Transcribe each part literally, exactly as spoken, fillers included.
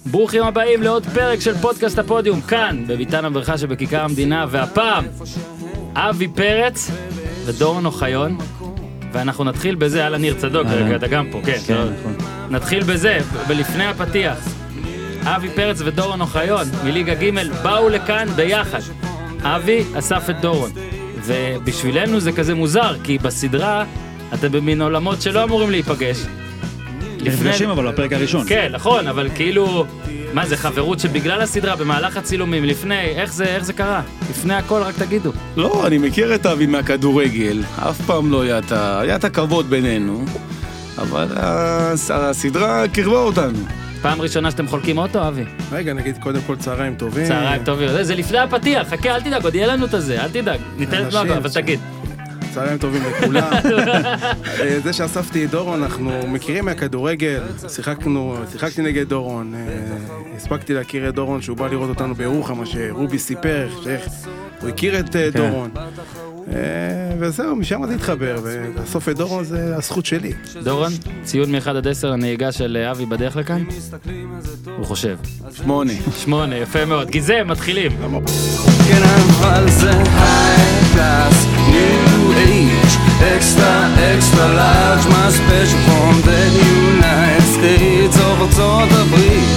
ברוכים הבאים לעוד פרק של פודקאסט הפודיום, כאן, בביתן הברכה שבכיכר המדינה, והפעם, אבי פרץ ודורון אוחיון, ואנחנו נתחיל בזה, על הניר צדוק, אתה גם פה, כן, נתחיל בזה, ולפני הפתיח, אבי פרץ ודורון אוחיון, מליגה ג' באו לכאן ביחד, אבי אסף את דורון, ובשבילנו זה כזה מוזר, כי בסדרה אתם במין עולמות שלא אמורים להיפגש, נפגשים אבל בפרק הראשון. כן, נכון, אבל כאילו, מה זה, חברות שבגלל הסדרה, במהלך הצילומים, לפני, איך זה, איך זה קרה? לפני הכל, רק תגידו. לא, אני מכיר את אבי מהכדורגל, אף פעם לא היה את ה... היה את הכבוד בינינו, אבל הסדרה קרבה אותנו. פעם ראשונה שאתם חולקים אוטו, אבי? רגע, נגיד קודם כל צהריים טובים. צהריים טובים, זה לפני הפתיח, חכה, אל תדאג, עוד יהיה לנו את זה, אל תדאג, ניתן את מה, אבל תגיד. צהריים טובים לכולם. זה שאספתי את דורון, אנחנו מכירים מהכדורגל, שיחקנו, שיחקתי נגד דורון, הספקתי להכיר את דורון שהוא בא לראות אותנו בירוחם, מה שרובי סיפר, שהוא הכיר את דורון. וזהו, משם זה התחבר, ולאסוף את דורון זה הזכות שלי. דורון, ציון מאחד עד עשר הנהיגה של אבי בדרך לכאן? הוא חושב. שמונה. שמונה, יפה מאוד. גיזה, מתחילים. כן, אבל זה high class, new age, extra, extra large, my special from the United States of ארצות הברית.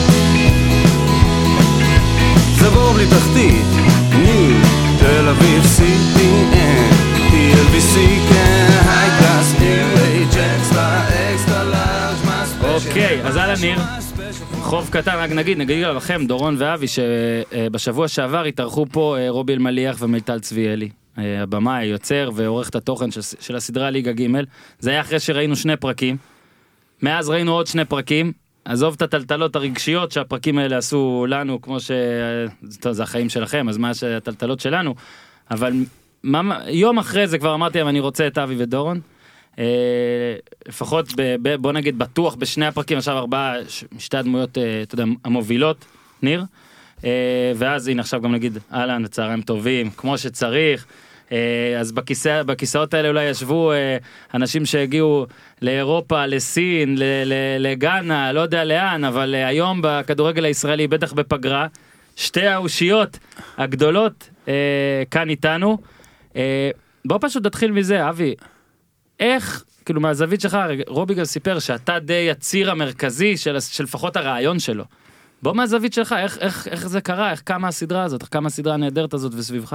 זה בור בלי תחתית, new, תל אביב, סי טי אן, טי אל וי סי, כן, high class, new age, extra, extra large, my special. אוקיי, אז על הניר. חוב קטן, רק נגיד, נגיד לכם, דורון ואבי, שבשבוע שעבר התארחו פה רובי אלמליח ומיטל צביאלי, הבמאי, יוצר ועורך את התוכן של הסדרה ליגה ג'. זה היה אחרי שראינו שני פרקים, מאז ראינו עוד שני פרקים, עזוב את הטלטלות הרגשיות שהפרקים האלה עשו לנו, כמו ש... טוב, זה החיים שלכם, אז מה שהטלטלות שלנו, אבל מה... יום אחרי זה כבר אמרתי, אני רוצה את אבי ודורון, לפחות בוא נגיד בטוח בשני הפרקים, עכשיו ארבעה, שתי הדמויות, אתה יודע, המובילות, ניר, ואז הנה עכשיו גם נגיד, אהלן, צהריים טובים, כמו שצריך, אז בכיסא, בכיסאות האלה אולי ישבו אנשים שהגיעו לאירופה, לסין, לגאנה, לא יודע לאן, אבל היום בכדורגל הישראלי, בטח בפגרה, שתי האושיות הגדולות כאן איתנו. בוא פשוט נתחיל מזה, אבי, איך, כאילו מהזווית שלך, רובי גם סיפר שאתה די הציר המרכזי של, של לפחות הרעיון שלו. בוא מהזווית שלך, איך, איך, איך זה קרה, איך קמה הסדרה הזאת, איך קמה הסדרה הנהדרת הזאת וסביבך?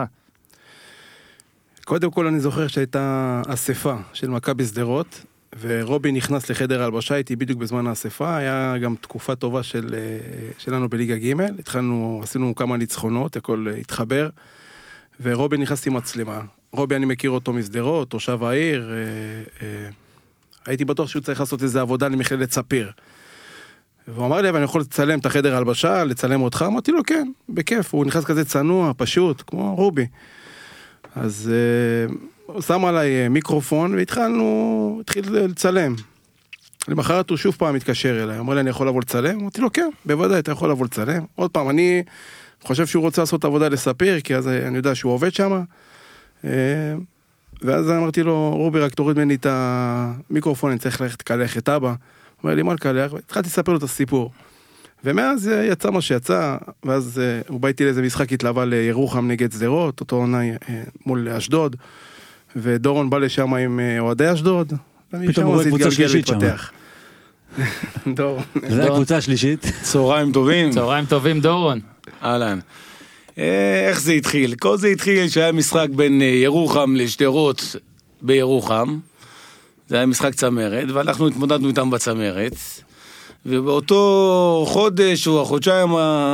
קודם כל אני זוכר שהייתה אספה של מכבי שדרות, ורובי נכנס לחדר הלבשה איתי בדיוק בזמן האספה, היה גם תקופה טובה של, שלנו בליגה ג', התחלנו, עשינו כמה ניצחונות, הכל התחבר, ורובי נכנס עם מצלמה. רובי אני מכיר אותו מסדרות, תושב העיר, הייתי בטוח שהוא צריך לעשות איזו עבודה למכללת ספיר. והוא אמר לי, אבל אני יכול לצלם את החדר הלבשה, לצלם אותך? אמרתי לו, כן, בכיף, הוא נכנס כזה צנוע, פשוט, כמו רובי. אז הוא שם עליי מיקרופון, והתחלנו, התחיל לצלם. למחרת הוא שוב פעם מתקשר אליי, אמר לי, אני יכול לבוא לצלם? אמרתי לו, כן, בוודאי, אתה יכול לבוא לצלם. עוד פעם, אני חושב שהוא רוצה לעשות עבודה לספיר, כי אז אני יודע שהוא עובד שם. ואז אמרתי לו, רובי, רק תוריד ממני את המיקרופון, אני צריך ללכת לקלח את אבא. הוא אומר לי, מה לקלח? התחלתי לספר לו את הסיפור. ומאז יצא מה שיצא, ואז הוא בא איתי לאיזה משחק התלווה לירוחם נגד שדרות, אותו עונה מול אשדוד, ודורון בא לשם עם אוהדי אשדוד, פתאום הוא רואה קבוצה שלישית שם. דורון. זה הקבוצה השלישית. צהריים טובים. צהריים טובים, דורון. אהלן. איך זה התחיל? כל זה התחיל שהיה משחק בין ירוחם לשדרות בירוחם, זה היה משחק צמרת, ואנחנו התמודדנו איתם בצמרת, ובאותו חודש או החודשיים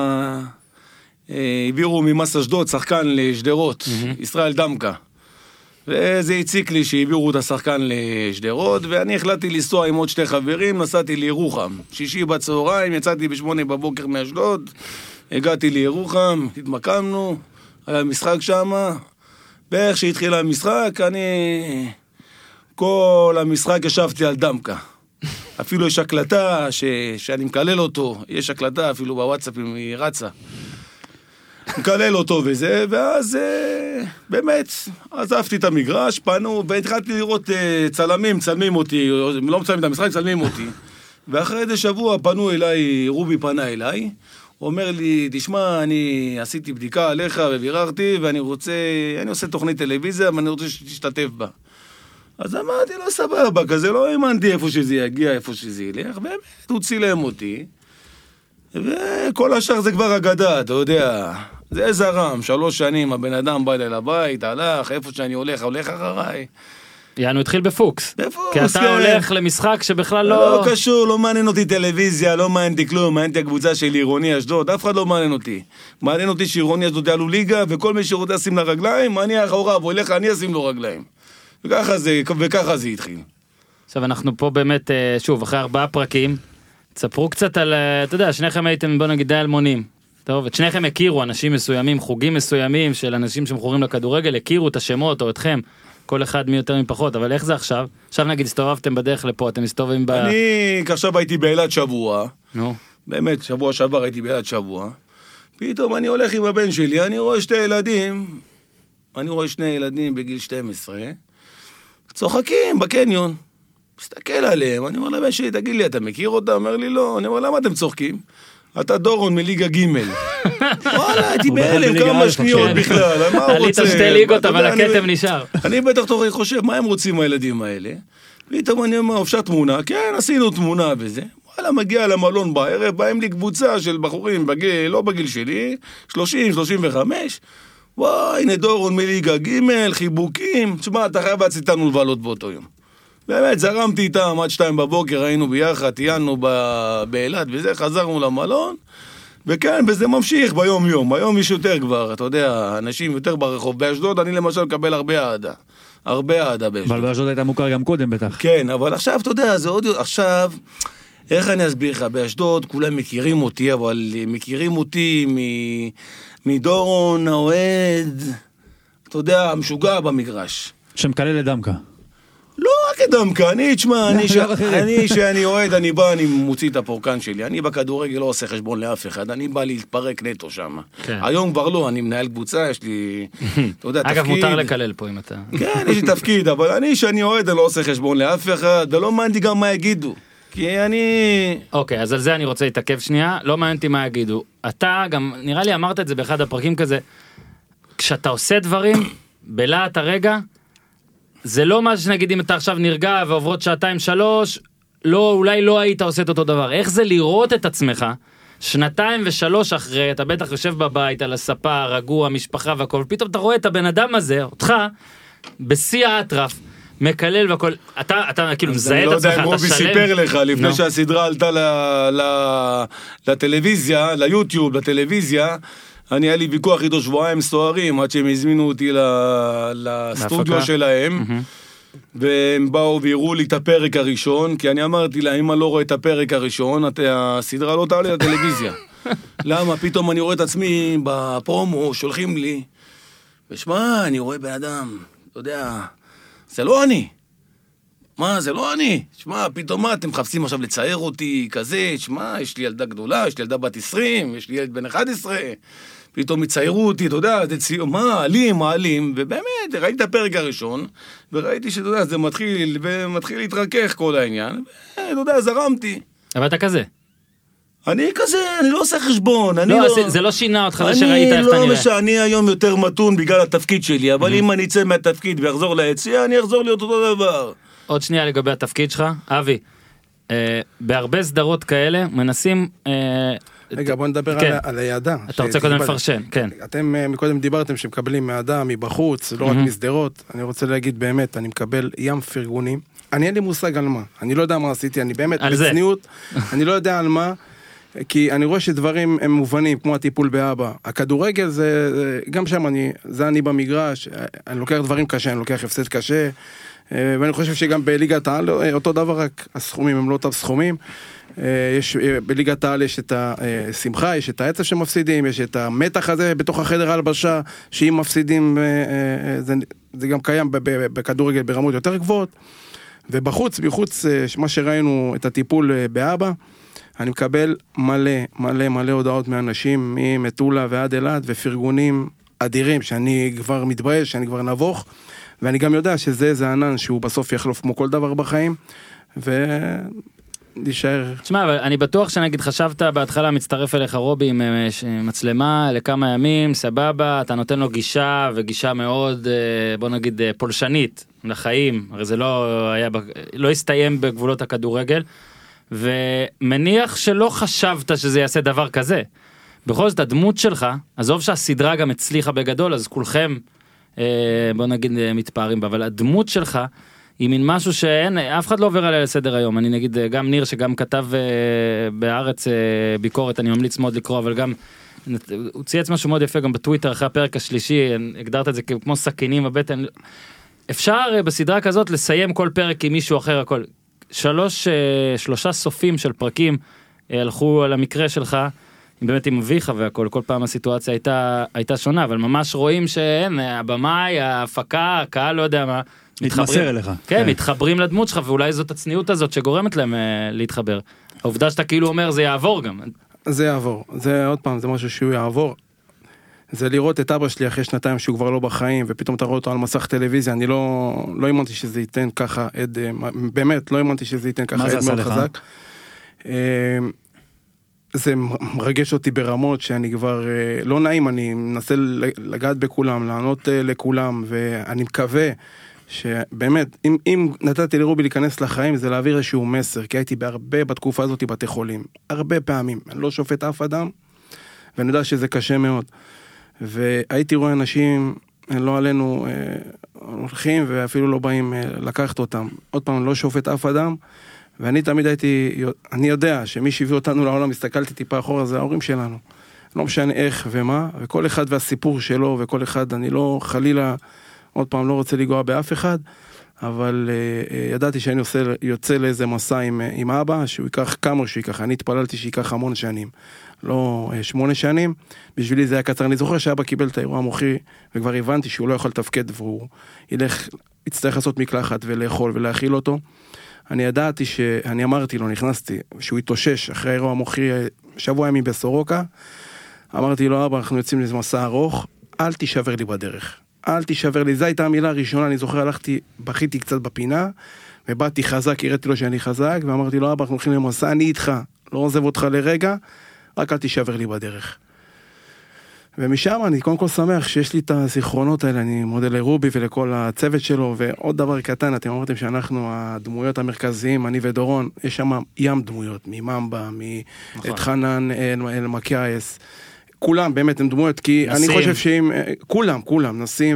העבירו ממס אשדוד שחקן לשדרות, ישראל דמקה, וזה הציק לי שהעבירו את השחקן לשדרות, ואני החלטתי לנסוע עם עוד שתי חברים, נסעתי לירוחם, שישי בצהריים, יצאתי בשמונה בבוקר מאשדוד, הגעתי לירוחם, התמקמנו, היה משחק שם, באיך שהתחיל המשחק, אני כל המשחק ישבתי על דמקה. אפילו יש הקלטה ש... שאני מקלל אותו, יש הקלטה אפילו בוואטסאפ אם היא רצה. מקלל אותו וזה, ואז באמת עזבתי את המגרש, פנו, והתחלתי לראות צלמים, צלמים אותי, לא מצלמים את המשחק, צלמים אותי. ואחרי איזה שבוע פנו אליי, רובי פנה אליי, הוא אומר לי, תשמע, אני עשיתי בדיקה עליך וביררתי, ואני רוצה, אני עושה תוכנית טלוויזיה, ואני רוצה שתשתתף בה. אז אמרתי לו, סבבה, כזה לא האמנתי איפה שזה יגיע, איפה שזה ילך, באמת, הוא צילם אותי, וכל השאר זה כבר אגדה, אתה יודע, זה זרם, שלוש שנים, הבן אדם בא אליי לבית, הלך, איפה שאני הולך, הולך אחריי. יענו התחיל בפוקס. בפוקס, כי אתה כן. הולך למשחק שבכלל לא... לא קשור, לא מעניין אותי טלוויזיה, לא מעניין אותי כלום, מעניין אותי הקבוצה של עירוני אשדוד, אף אחד לא מעניין אותי. מעניין אותי שעירוני אשדוד יעלו ליגה, וכל מי שרוצה לשים לה רגליים, אני אחוריו, הוא ילך, אני אשים לו רגליים. וככה זה, וככה זה התחיל. עכשיו אנחנו פה באמת, שוב, אחרי ארבעה פרקים, תספרו קצת על, אתה יודע, שניכם הייתם, בוא נגיד, די אלמונים. טוב, את שניכם הכירו אנשים מסוימים, חוגים מסוימים של אנשים שמכורים לכדורגל, הכירו את השמות או אתכם, כל אחד מי יותר מפחות, אבל איך זה עכשיו? עכשיו נגיד, הסתובבתם בדרך לפה, אתם מסתובבים ב... אני עכשיו הייתי באילת שבוע, נו. באמת, שבוע שעבר הייתי באילת שבוע, פתאום אני הולך עם הבן שלי, אני רואה שתי ילדים, אני רואה שני ילדים בגיל שתים עשרה, צוחקים בקניון, מסתכל עליהם, אני אומר לבן שלי, תגיד לי, אתה מכיר אותה? אומר לי, לא. אני אומר, למה אתם צוחקים? אתה דורון מליגה ג' וואלה, הייתי בהלם כמה שניות בכלל, מה הוא רוצה? עלית שתי ליגות, אבל הכתם נשאר. אני בטח תורי חושב, מה הם רוצים הילדים האלה? פתאום אני אומר, אפשר תמונה? כן, עשינו תמונה וזה. וואלה, מגיע למלון בערב, באים לי קבוצה של בחורים, בגיל, לא בגיל שלי, שלושים, שלושים וחמש, וואי, הנה דורון מליגה ג' חיבוקים, תשמע, אתה חייב להציתנו לבעלות באותו יום. באמת, זרמתי איתם עד שתיים בבוקר, היינו ביחד, טיינו באילת וזה, חזרנו למלון, וכן, וזה ממשיך ביום יום, היום יש יותר כבר, אתה יודע, אנשים יותר ברחוב, באשדוד אני למשל מקבל הרבה אהדה, הרבה אהדה באשדוד. אבל באשדוד הייתה מוכר גם קודם בטח. כן, אבל עכשיו, אתה יודע, זה עוד, עכשיו, איך אני אסביר לך, באשדוד כולם מכירים אותי, אבל מכירים אותי מדורון, האוהד, אתה יודע, המשוגע במגרש. שמקלל לדמקה. לא רק אדמקה, אני, תשמע, אני, ש... אני שאני אוהד, אני בא, אני מוציא את הפורקן שלי, אני בכדורגל לא עושה חשבון לאף אחד, אני בא להתפרק נטו שם. כן. היום כבר לא, אני מנהל קבוצה, יש לי, אתה יודע, אגב, תפקיד. אגב, מותר לקלל פה אם אתה... כן, יש לי תפקיד, אבל אני שאני אוהד, אני לא עושה חשבון לאף אחד, ולא מעניין גם מה יגידו, כי אני... אוקיי, אז על זה אני רוצה להתעכב שנייה, לא מעניין אותי מה יגידו. אתה גם, נראה לי אמרת את זה באחד הפרקים כזה, כשאתה עושה דברים, בלעת הרגע, זה לא מה שנגיד אם אתה עכשיו נרגע ועוברות שעתיים שלוש, לא, אולי לא היית עושה את אותו דבר. איך זה לראות את עצמך, שנתיים ושלוש אחרי, אתה בטח יושב בבית על הספה, רגוע, משפחה והכל, פתאום אתה רואה את הבן אדם הזה, אותך, בשיא האטרף, מקלל והכל, אתה, אתה כאילו מזהה את עצמך, אתה שלם. אני לא יודע אם רובי סיפר לך, לפני שהסדרה עלתה לטלוויזיה, ליוטיוב, לטלוויזיה, אני היה לי ויכוח איתו שבועיים סוערים, עד שהם הזמינו אותי לסטודיו שלהם, והם באו ויראו לי את הפרק הראשון, כי אני אמרתי לה, אם אני לא רואה את הפרק הראשון, הסדרה לא תעלה לטלוויזיה. למה? פתאום אני רואה את עצמי בפרומו, שולחים לי, ושמע, אני רואה בן אדם, אתה יודע, זה לא אני. מה, זה לא אני. שמע, פתאום מה, אתם מחפשים עכשיו לצייר אותי כזה, שמע, יש לי ילדה גדולה, יש לי ילדה בת עשרים, יש לי ילד בן אחד עשרה, פתאום יציירו אותי, אתה יודע, זה ציור, מה, עלים, מה עלים, ובאמת, ראיתי את הפרק הראשון, וראיתי שאתה יודע, זה מתחיל, ומתחיל להתרכך כל העניין, ואתה יודע, זרמתי. אבל אתה כזה. אני כזה, אני לא עושה חשבון, אני לא, לא... זה לא שינה אותך, זה שראית איך אתה נראה. אני לא, אני היום יותר מתון בגלל התפקיד שלי, אבל אם אני אצא מהתפקיד ואחזור ליציאה, אני אחזור להיות אותו דבר. עוד שנייה לגבי התפקיד שלך, אבי, אה, בהרבה סדרות כאלה מנסים... אה, רגע, בוא נדבר כן. על, על היעדה. אתה רוצה קודם לפרשן, כן. אתם מקודם דיברתם שמקבלים מהיעדה מבחוץ, לא רק מסדרות. אני רוצה להגיד באמת, אני מקבל ים פרגונים. אני אין לי מושג על מה. אני לא יודע מה עשיתי, אני באמת בצניעות. אני לא יודע על מה, כי אני רואה שדברים הם מובנים, כמו הטיפול באבא. הכדורגל זה, גם שם אני, זה אני במגרש, אני לוקח דברים קשה, אני לוקח הפסד קשה, ואני חושב שגם בליגת העל אותו דבר, רק הסכומים הם לא אותם סכומים. יש, בליגת העל יש את השמחה, יש את העצב שמפסידים, יש את המתח הזה בתוך החדר הלבשה, שאם מפסידים, זה, זה גם קיים בכדורגל ברמות יותר גבוהות. ובחוץ, בחוץ, מה שראינו את הטיפול באבא, אני מקבל מלא, מלא, מלא הודעות מאנשים, ממטולה ועד אלעד, ופרגונים אדירים, שאני כבר מתבייש, שאני כבר נבוך, ואני גם יודע שזה, זה ענן שהוא בסוף יחלוף כמו כל דבר בחיים, ו... להישאר. תשמע, אבל אני בטוח שנגיד חשבת בהתחלה, מצטרף אליך רובי עם מצלמה לכמה ימים, סבבה, אתה נותן לו גישה, וגישה מאוד, בוא נגיד, פולשנית לחיים, הרי זה לא היה, לא הסתיים בגבולות הכדורגל, ומניח שלא חשבת שזה יעשה דבר כזה. בכל זאת, הדמות שלך, עזוב שהסדרה גם הצליחה בגדול, אז כולכם, בוא נגיד, מתפארים בה, אבל הדמות שלך, היא מין משהו שאין, אף אחד לא עובר עליה לסדר היום. אני נגיד, גם ניר שגם כתב בארץ ביקורת, אני ממליץ מאוד לקרוא, אבל גם, הוא צייץ משהו מאוד יפה גם בטוויטר אחרי הפרק השלישי, הגדרת את זה כמו סכינים בבטן. אפשר בסדרה כזאת לסיים כל פרק עם מישהו אחר, הכל. שלוש, שלושה סופים של פרקים הלכו על המקרה שלך, באמת עם אביך והכל, כל פעם הסיטואציה הייתה, הייתה שונה, אבל ממש רואים שאין, הבמאי, ההפקה, הקהל, לא יודע מה, מתחבר אליך. כן, מתחברים לדמות שלך, ואולי זאת הצניעות הזאת שגורמת להם להתחבר. העובדה שאתה כאילו אומר, זה יעבור גם. זה יעבור, זה עוד פעם, זה משהו שהוא יעבור. זה לראות את אבא שלי אחרי שנתיים שהוא כבר לא בחיים, ופתאום אתה רואה אותו על מסך טלוויזיה, אני לא, לא האמנתי שזה ייתן ככה עד, באמת, לא האמנתי שזה ייתן ככה עד מאוד חזק. זה מרגש אותי ברמות שאני כבר לא נעים, אני מנסה לגעת בכולם, לענות לכולם, ואני מקווה שבאמת, אם, אם נתתי לרובי להיכנס לחיים, זה להעביר איזשהו מסר, כי הייתי בהרבה בתקופה הזאת בתי חולים, הרבה פעמים, אני לא שופט אף אדם, ואני יודע שזה קשה מאוד, והייתי רואה אנשים, לא עלינו, הולכים ואפילו לא באים לקחת אותם, עוד פעם, לא שופט אף אדם, ואני תמיד הייתי, אני יודע שמי שהביא אותנו לעולם, הסתכלתי טיפה אחורה, זה ההורים שלנו. לא משנה איך ומה, וכל אחד והסיפור שלו, וכל אחד, אני לא חלילה, עוד פעם לא רוצה לגוע באף אחד, אבל uh, ידעתי שאני יוצא, יוצא לאיזה מסע עם, עם אבא, שהוא ייקח כמה שהוא ייקח, אני התפללתי שיקח המון שנים, לא uh, שמונה שנים, בשבילי זה היה קצר, אני זוכר שאבא קיבל את האירוע המוחי, וכבר הבנתי שהוא לא יכול לתפקד, והוא ילך, יצטרך לעשות מקלחת ולאכול ולהאכיל אותו, אני ידעתי שאני אמרתי לו, נכנסתי, שהוא התאושש אחרי האירוע המוחי, שבוע ימים בסורוקה, אמרתי לו, אבא, אנחנו יוצאים לזה מסע ארוך, אל תישבר לי בדרך, אל תישבר לי, זו הייתה המילה הראשונה, אני זוכר, הלכתי, בכיתי קצת בפינה, ובאתי חזק, הראיתי לו שאני חזק, ואמרתי לו, אבא, אנחנו הולכים למסע, אני איתך, לא עוזב אותך לרגע, רק אל תישבר לי בדרך. ומשם אני קודם כל שמח שיש לי את הזיכרונות האלה, אני מודה לרובי ולכל הצוות שלו, ועוד דבר קטן, אתם אמרתם שאנחנו הדמויות המרכזיים, אני ודורון, יש שם ים דמויות, מממבה, מאת חנן, אל מקייס, כולם באמת הם דמויות, כי אני חושב שאם, כולם, כולם, נסים,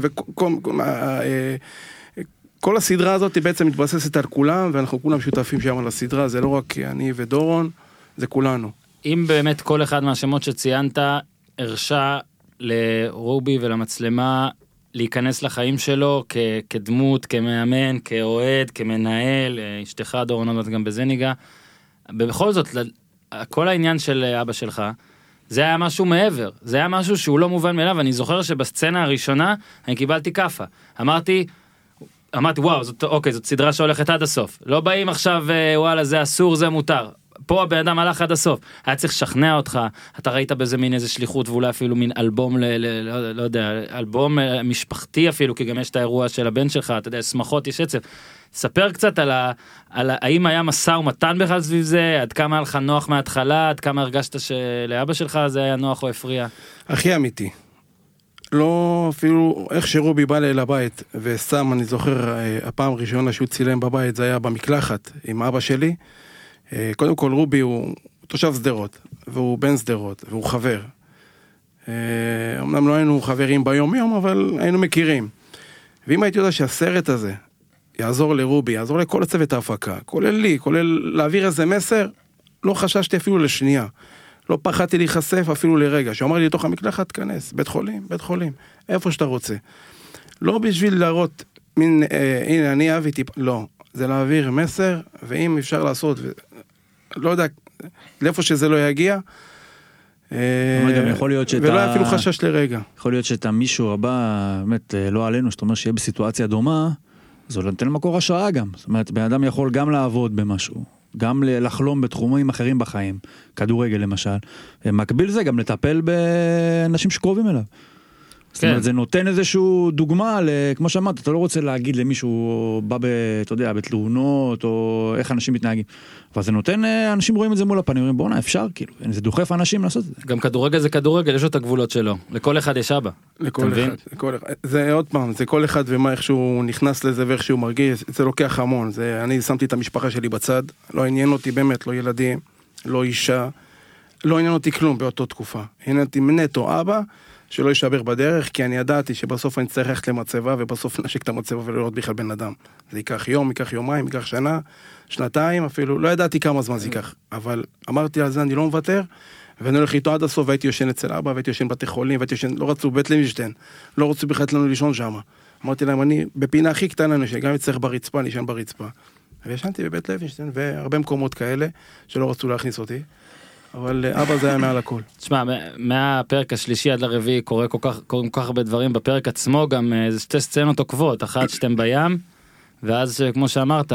וכל הסדרה הזאת היא בעצם מתבססת על כולם, ואנחנו כולם שותפים שם על הסדרה, זה לא רק אני ודורון, זה כולנו. אם באמת כל אחד מהשמות שציינת, הרשה לרובי ולמצלמה להיכנס לחיים שלו כ- כדמות, כמאמן, כאוהד, כמנהל, אשתך דורון, גם בזה ניגע. בכל זאת, כל העניין של אבא שלך, זה היה משהו מעבר, זה היה משהו שהוא לא מובן מאליו, אני זוכר שבסצנה הראשונה אני קיבלתי קפה, אמרתי, אמרתי וואו, זאת, אוקיי, זאת סדרה שהולכת עד הסוף, לא באים עכשיו וואלה זה אסור, זה מותר, פה הבן אדם הלך עד הסוף, היה צריך לשכנע אותך, אתה ראית בזה מין איזה שליחות, ואולי אפילו מין אלבום, ל, ל, לא, לא יודע, אלבום משפחתי אפילו, כי גם יש את האירוע של הבן שלך, אתה יודע, שמחות, יש עצב, ספר קצת על, ה, על ה, האם היה מסע ומתן בכלל סביב זה, עד כמה היה לך נוח מההתחלה, עד כמה הרגשת שלאבא שלך זה היה נוח או הפריע? הכי אמיתי. לא אפילו, איך שרובי בא לי לבית, ושם, אני זוכר, הפעם הראשונה שהוא צילם בבית, זה היה במקלחת עם אבא שלי, קודם כל רובי הוא תושב סדרות, והוא בן סדרות, והוא חבר. אמנם לא היינו חברים ביום יום, אבל היינו מכירים. ואם הייתי יודע שהסרט הזה יעזור לרובי, יעזור לכל הצוות ההפקה, כולל לי, כולל להעביר איזה מסר, לא חששתי אפילו לשנייה. לא פחדתי להיחשף אפילו לרגע. שאומר לי לתוך המקלחת, תכנס, בית חולים, בית חולים, איפה שאתה רוצה. לא בשביל להראות, מין, אה, הנה, אני אהבי טיפ, לא. זה להעביר מסר, ואם אפשר לעשות, ו... לא יודע, לאיפה שזה לא יגיע, יכול להיות שאתה... ולא אפילו חשש לרגע. יכול להיות שאתה מישהו הבא, באמת, לא עלינו, שאתה אומר שיהיה בסיטואציה דומה, אז הוא נותן מקור השראה גם. זאת אומרת, בן אדם יכול גם לעבוד במשהו, גם לחלום בתחומים אחרים בחיים, כדורגל למשל, מקביל זה גם לטפל באנשים שקרובים אליו. זאת אומרת, זה נותן איזשהו דוגמה, כמו שאמרת, אתה לא רוצה להגיד למישהו, בא, אתה יודע, בתלונות, או איך אנשים מתנהגים. אבל זה נותן, אנשים רואים את זה מול הפנים, אומרים, בוא'נה, אפשר, כאילו, זה דוחף אנשים לעשות את זה. גם כדורגל זה כדורגל, יש לו את הגבולות שלו. לכל אחד יש אבא. לכל אחד, לכל אחד. זה עוד פעם, זה כל אחד ומה, איך שהוא נכנס לזה ואיך שהוא מרגיש, זה לוקח המון. זה, אני שמתי את המשפחה שלי בצד, לא עניין אותי באמת, לא ילדים, לא אישה, לא עניין אותי כלום באותו תקופה. עניין אותי נטו אבא, שלא יישבר בדרך, כי אני ידעתי שבסוף אני צריך ללכת למצבה, ובסוף נשק את המצבה ולראות בכלל בן אדם. זה ייקח יום, ייקח יומיים, ייקח שנה, שנתיים אפילו, לא ידעתי כמה זמן זה ייקח, אבל אמרתי על זה, אני לא מוותר, ואני הולך איתו עד הסוף, והייתי יושן אצל אבא, והייתי יושן בתי חולים, והייתי יושן, לא רצו בית לוינשטיין, לא רצו בכלל לנו לישון שם. אמרתי להם, אני בפינה הכי קטנה, שגם יצטרך ברצפה, לישון ברצפה. וישנתי בבית לוינשטיין, והרבה מקומות כאלה, שלא רצו להכניס אותי. אבל אבא זה היה מעל הכל. תשמע, מהפרק השלישי עד לרביעי קורה כל כך, קוראים כל כך הרבה דברים בפרק עצמו, גם זה שתי סצנות עוקבות, אחת שאתם בים, ואז כמו שאמרת,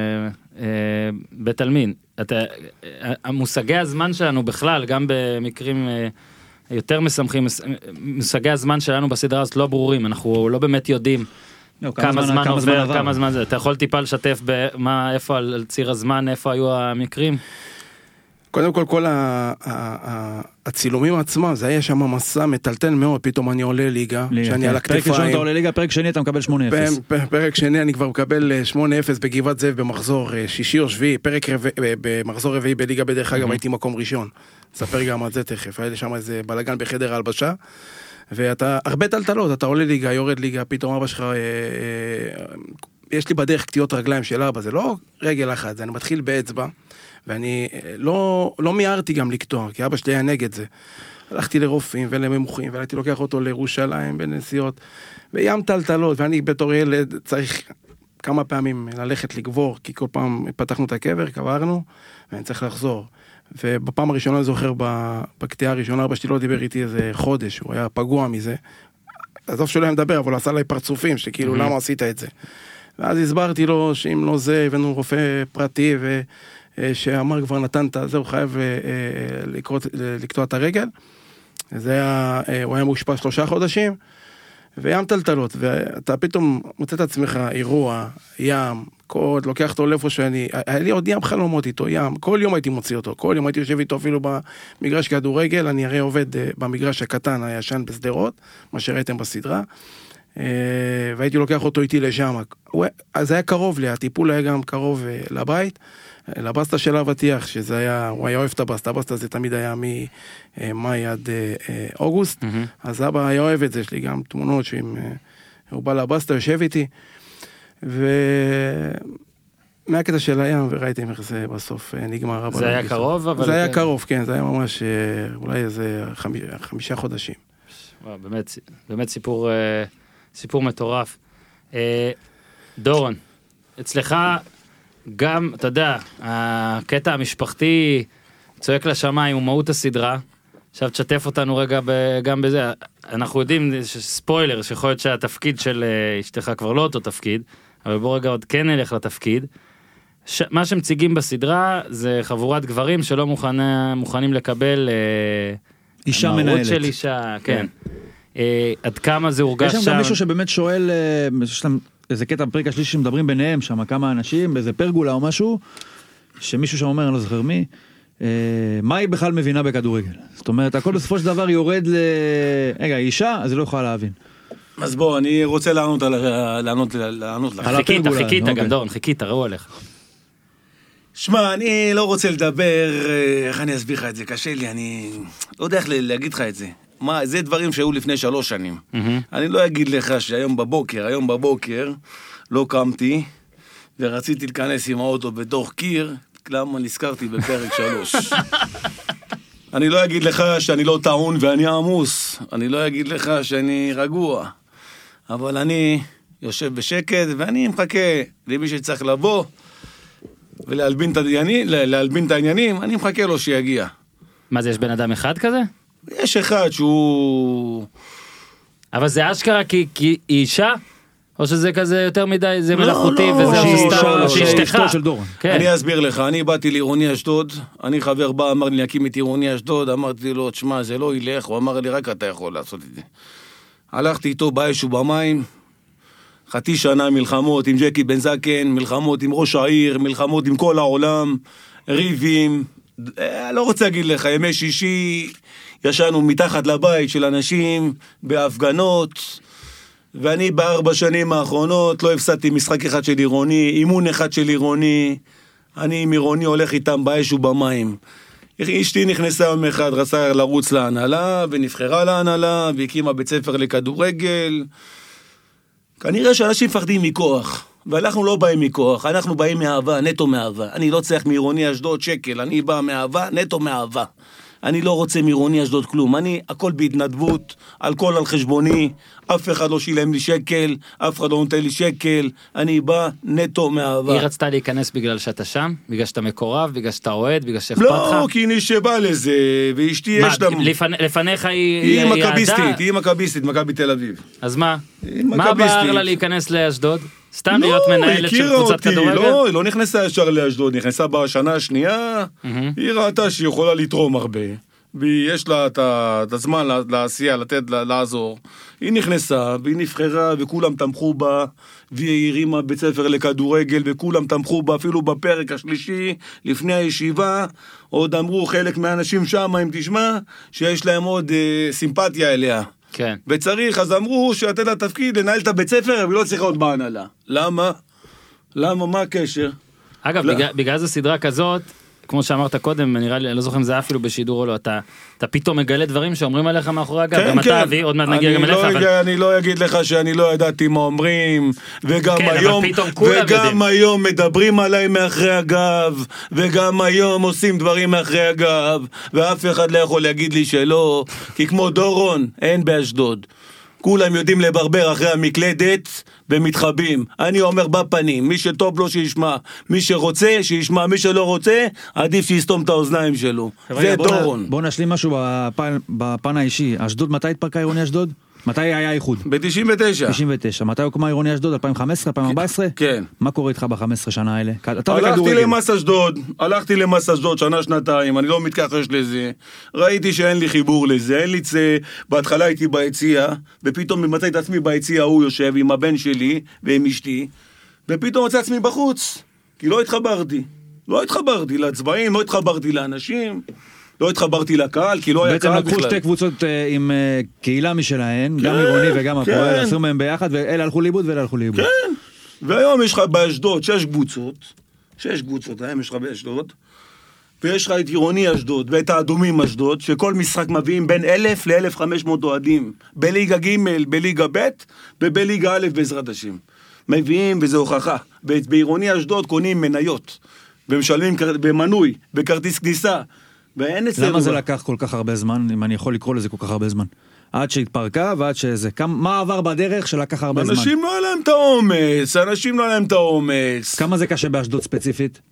בית אלמין. המושגי הזמן שלנו בכלל, גם במקרים יותר משמחים, מושגי הזמן שלנו בסדרה הזאת לא ברורים, אנחנו לא באמת יודעים כמה זמן עובר, כמה זמן זה. אתה יכול טיפה לשתף במה, איפה על ציר הזמן, איפה היו המקרים? קודם כל, כל הצילומים עצמם, זה היה שם מסע מטלטל מאוד, פתאום אני עולה ליגה, שאני על הכתפיים. פרק ראשון אתה עולה ליגה, פרק שני אתה מקבל שמונה אפס. פרק שני אני כבר מקבל שמונה אפס בגבעת זאב במחזור שישי או שביעי, פרק במחזור רביעי בליגה בדרך אגב הייתי מקום ראשון. ספר גם על זה תכף, היה לי שם איזה בלגן בחדר ההלבשה, ואתה, הרבה טלטלות, אתה עולה ליגה, יורד ליגה, פתאום אבא שלך, יש לי בדרך קטיעות רגליים של אבא, זה לא רגל אחת, זה אני מתחיל באצבע, ואני לא, לא מיהרתי גם לקטוע, כי אבא שלי היה נגד זה. הלכתי לרופאים ולממוחים, והייתי לוקח אותו לירושלים בנסיעות, וים טלטלות, ואני בתור ילד צריך כמה פעמים ללכת לגבור, כי כל פעם פתחנו את הקבר, קברנו, ואני צריך לחזור. ובפעם הראשונה אני זוכר, בקטיעה הראשונה, אבא שלי לא דיבר איתי איזה חודש, הוא היה פגוע מזה. עזוב שלא היה מדבר, אבל הוא עשה לי פרצופים, שכאילו, למה עשית את זה? ואז הסברתי לו שאם לא זה, הבאנו רופא פרטי, ו... שאמר כבר נתן את זה, הוא חייב לקטוע את הרגל. זה היה, הוא היה מאושפז שלושה חודשים, וים טלטלות, ואתה פתאום מוצא את עצמך אירוע, ים, קוד, לוקח אותו לאיפה שאני, היה לי עוד ים חלומות איתו, ים, כל יום הייתי מוציא אותו, כל יום הייתי יושב איתו אפילו במגרש כדורגל, אני הרי עובד במגרש הקטן, הישן בסדרות, מה שראיתם בסדרה, והייתי לוקח אותו איתי לשם, אז זה היה קרוב לי, הטיפול היה גם קרוב לבית, לבסטה של אבטיח, שזה היה, הוא היה אוהב את הבסטה, הבסטה זה תמיד היה ממאי עד אוגוסט, אז אבא היה אוהב את זה, יש לי גם תמונות שהוא בא לבסטה, יושב איתי, ומהקטע של הים, וראיתם איך זה בסוף נגמר. זה היה קרוב? זה היה קרוב, כן, זה היה ממש אולי איזה חמישה חודשים. באמת, באמת סיפור, סיפור מטורף. דורון, אצלך גם, אתה יודע, הקטע המשפחתי צועק לשמיים, הוא מהות הסדרה. עכשיו תשתף אותנו רגע גם בזה. אנחנו יודעים, ספוילר, שיכול להיות שהתפקיד של אשתך כבר לא אותו תפקיד, אבל בוא רגע עוד כן נלך לתפקיד. ש... מה שמציגים בסדרה זה חבורת גברים שלא מוכנה, מוכנים לקבל אישה מנהלת. של אישה, כן. אה, עד כמה זה הורגש שם. יש שם גם מישהו שבאמת שואל, יש להם איזה קטע בפרק השלישי שמדברים ביניהם שם, כמה אנשים, באיזה פרגולה או משהו, שמישהו שם אומר, אני לא זוכר מי, מה היא בכלל מבינה בכדורגל? זאת אומרת, הכל בסופו של דבר יורד ל... רגע, אישה, אז היא לא יכולה להבין. אז בוא, אני רוצה לענות לענות לענות לך. חיכית, חיכית גם דורון, חיכית, ראו עליך. שמע, אני לא רוצה לדבר, איך אני אסביר לך את זה, קשה לי, אני לא יודע איך להגיד לך את זה. מה, זה דברים שהיו לפני שלוש שנים. אני לא אגיד לך שהיום בבוקר, היום בבוקר, לא קמתי, ורציתי להיכנס עם האוטו בתוך קיר, למה נזכרתי בפרק שלוש. אני לא אגיד לך שאני לא טעון ואני עמוס, אני לא אגיד לך שאני רגוע, אבל אני יושב בשקט ואני מחכה למי שצריך לבוא ולהלבין את העניינים, להלבין את העניינים, אני מחכה לו שיגיע. מה זה, יש בן אדם אחד כזה? יש אחד שהוא... אבל זה אשכרה כי, כי היא אישה? או שזה כזה יותר מדי, זה לא, מלאכותי, לא, וזה או שאשתך. כן. אני אסביר לך, אני באתי לעירוני אשדוד, אני חבר בא, אמר לי להקים את עירוני אשדוד, אמרתי לו, תשמע, זה לא ילך, הוא אמר לי, רק אתה יכול לעשות את זה. הלכתי איתו באש ובמים, חצי שנה מלחמות עם ג'קי בן זקן, מלחמות עם ראש העיר, מלחמות עם כל העולם, ריבים, לא רוצה להגיד לך, ימי שישי ישנו מתחת לבית של אנשים, בהפגנות, ואני בארבע שנים האחרונות לא הפסדתי משחק אחד של עירוני, אימון אחד של עירוני, אני עם עירוני הולך איתם באש ובמים. אשתי נכנסה יום אחד, רצה לרוץ להנהלה, ונבחרה להנהלה, והקימה בית ספר לכדורגל. כנראה שאנשים מפחדים מכוח, ואנחנו לא באים מכוח, אנחנו באים מאהבה, נטו מאהבה. אני לא צריך מעירוני אשדוד שקל, אני בא מאהבה, נטו מאהבה. אני לא רוצה מעירוני אשדוד כלום, אני הכל בהתנדבות, הכל על חשבוני, אף אחד לא שילם לי שקל, אף אחד לא נותן לי שקל, אני בא נטו מאהבה. היא רצתה להיכנס בגלל שאתה שם? בגלל שאתה מקורב? בגלל שאתה אוהד? בגלל שאכפת לך? לא, כי אני שבא לזה, ואשתי יש לה... לפניך היא... היא מקביסטית, היא מקביסטית, מכבי תל אביב. אז מה? מה בער לה להיכנס לאשדוד? סתם להיות מנהלת של קבוצת כדורגל? לא, היא לא נכנסה ישר לאשדוד, נכנסה בשנה השנייה, היא ראתה שהיא יכולה לתרום הרבה, ויש לה את הזמן לעשייה, לתת, לעזור. היא נכנסה, והיא נבחרה, וכולם תמכו בה, והיא הרימה בית ספר לכדורגל, וכולם תמכו בה, אפילו בפרק השלישי, לפני הישיבה, עוד אמרו חלק מהאנשים שם, אם תשמע, שיש להם עוד אה, סימפתיה אליה. כן. וצריך, אז אמרו שאתה לה תפקיד לנהל את הבית ספר, ולא צריך עוד בהנהלה. למה? למה? מה הקשר? אגב, לא. בגלל, בגלל זו סדרה כזאת, כמו שאמרת קודם, נראה לי, אני לא זוכר אם זה אפילו בשידור או לא, אתה, אתה פתאום מגלה דברים שאומרים עליך מאחורי הגב, כן, גם כן. אתה אבי, עוד מעט נגיע גם אליך, לא, אבל... אני לא אגיד לך שאני לא ידעתי מה אומרים, וגם כן, היום, וגם היום מדברים עליי מאחרי הגב, וגם היום עושים דברים מאחרי הגב, ואף אחד לא יכול להגיד לי שלא, כי כמו דורון, אין באשדוד. כולם יודעים לברבר אחרי המקלדת ומתחבים. אני אומר בפנים, מי שטוב לו שישמע, מי שרוצה שישמע, מי שלא רוצה עדיף שיסתום את האוזניים שלו. זה דורון. בוא נשלים משהו בפן, בפן האישי. אשדוד, מתי התפרקה עירוני אשדוד? מתי היה איחוד? ב-תשעים ותשע. תשעים ותשע. מתי הוקמה עירוני אשדוד? אלפיים וחמש עשרה, אלפיים וארבע עשרה? כן. מה קורה איתך ב-חמש עשרה שנה האלה? הלכתי למס אשדוד, הלכתי למס אשדוד שנה, שנתיים, אני לא מתכחש לזה. ראיתי שאין לי חיבור לזה, אין לי צה... בהתחלה הייתי ביציאה, ופתאום מצאתי את עצמי ביציאה, הוא יושב עם הבן שלי ועם אשתי, ופתאום מצאתי עצמי בחוץ, כי לא התחברתי. לא התחברתי להצבעים, לא התחברתי לאנשים. לא התחברתי לקהל, כי לא היה קהל בכלל. בעצם לקחו שתי קבוצות עם קהילה משלהן, גם עירוני וגם הפועל, עשו מהם ביחד, ואלה הלכו לאיבוד ואלה הלכו לאיבוד. כן, והיום יש לך באשדוד שש קבוצות, שש קבוצות, היום יש לך באשדוד, ויש לך את עירוני אשדוד ואת האדומים אשדוד, שכל משחק מביאים בין אלף לאלף חמש מאות אוהדים, בליגה ג', בליגה ב' ובליגה א' בעזרת השם. מביאים וזה הוכחה. בעירוני אשדוד קונים מניות, ומשלמים במנוי, בכרטיס כניסה, למה זה לקח כל כך הרבה זמן, אם אני יכול לקרוא לזה כל כך הרבה זמן? עד שהתפרקה ועד שזה, מה עבר בדרך שלקח הרבה זמן? אנשים לא היה להם את האומץ, אנשים לא היה להם את האומץ. כמה זה קשה באשדוד ספציפית?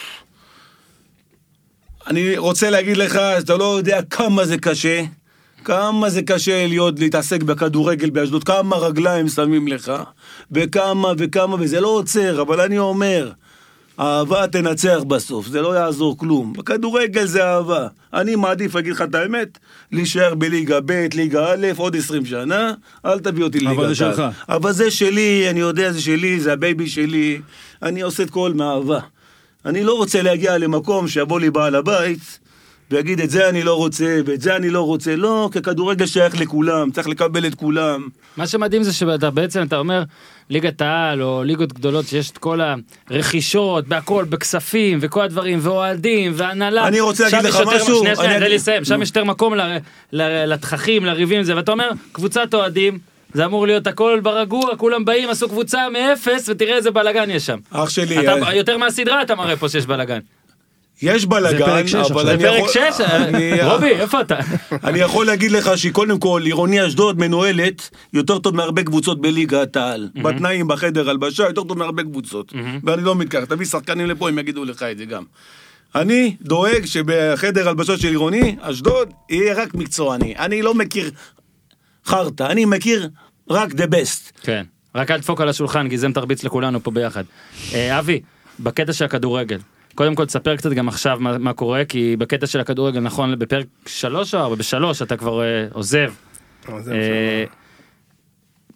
אני רוצה להגיד לך, אתה לא יודע כמה זה קשה, כמה זה קשה להיות, להתעסק בכדורגל באשדוד, כמה רגליים שמים לך, וכמה וכמה, וזה לא עוצר, אבל אני אומר... אהבה תנצח בסוף, זה לא יעזור כלום. בכדורגל זה אהבה. אני מעדיף, אגיד לך את האמת, להישאר בליגה ב', ליגה א', עוד עשרים שנה, אל תביא אותי לליגה. אבל זה שלך. אבל זה שלי, אני יודע, זה שלי, זה הבייבי שלי, אני עושה את כל מאהבה. אני לא רוצה להגיע למקום שיבוא לי בעל הבית, ויגיד את זה אני לא רוצה, ואת זה אני לא רוצה, לא, כי כדורגל שייך לכולם, צריך לקבל את כולם. מה שמדהים זה שאתה בעצם, אתה אומר, ליגת העל או ליגות גדולות, שיש את כל הרכישות, בהכל, בכספים, וכל הדברים, ואוהדים, והנהלה. אני רוצה להגיד לך משהו. שנייה, שנייה, תן לי לסיים, שם יש יותר מקום לתככים, לריבים, זה, ואתה אומר, קבוצת אוהדים, זה אמור להיות הכל ברגוע, כולם באים, עשו קבוצה מאפס, ותראה איזה בלגן יש שם. אח שלי. יותר מהסדרה אתה מראה פה שיש בלגן. יש בלגן, אבל אני יכול... זה פרק שש, רובי, איפה אתה? אני יכול להגיד לך שקודם כל, עירוני אשדוד מנוהלת יותר טוב מהרבה קבוצות בליגת העל. בתנאים, בחדר, הלבשה, יותר טוב מהרבה קבוצות. ואני לא מתכח, תביא שחקנים לפה, הם יגידו לך את זה גם. אני דואג שבחדר הלבשה של עירוני, אשדוד, יהיה רק מקצועני. אני לא מכיר חרטה, אני מכיר רק the best. כן, רק אל תפוק על השולחן, גיזם תרביץ לכולנו פה ביחד. אבי, בקטע של הכדורגל. קודם כל תספר קצת גם עכשיו מה, מה קורה, כי בקטע של הכדורגל, נכון, בפרק שלוש או ארבע, בשלוש אתה כבר אה, עוזב. עוזב אה,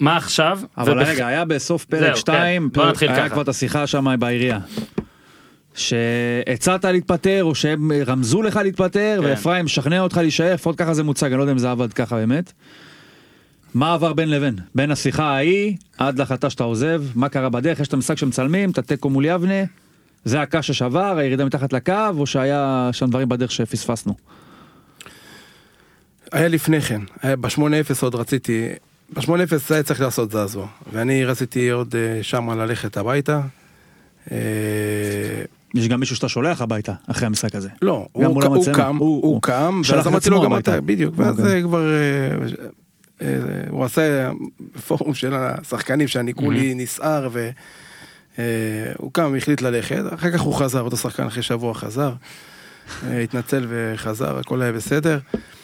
מה עכשיו? אבל ובכ... רגע, היה בסוף פרק זהו, שתיים, כן. בוא נתחיל היה ככה. כבר את השיחה שם בעירייה. שהצעת להתפטר, או שהם רמזו לך להתפטר, כן. ואפרים משכנע אותך להישאר, לפחות ככה זה מוצג, אני לא יודע אם זה עבד ככה באמת. מה עבר בין לבין? בין השיחה ההיא, עד להחלטה שאתה עוזב, מה קרה בדרך, יש את המשחק שמצלמים, את התיקו מול יבנה, זה הקש ששבר, הירידה מתחת לקו, או שהיה שם דברים בדרך שפספסנו? היה לפני כן, היה ב-שמונה אפס עוד רציתי, ב-שמונה אפס היה צריך לעשות זעזוע, ואני רציתי עוד שם ללכת הביתה. יש גם מישהו שאתה שולח הביתה, אחרי המשחק הזה. לא, הוא קם, הוא קם, ואז אמרתי לו גם אתה, בדיוק, ואז זה כבר, הוא עשה פורום של השחקנים שאני כולי נסער, והוא קם, החליט ללכת, אחר כך הוא חזר, אותו שחקן אחרי שבוע חזר, התנצל וחזר, הכל היה בסדר.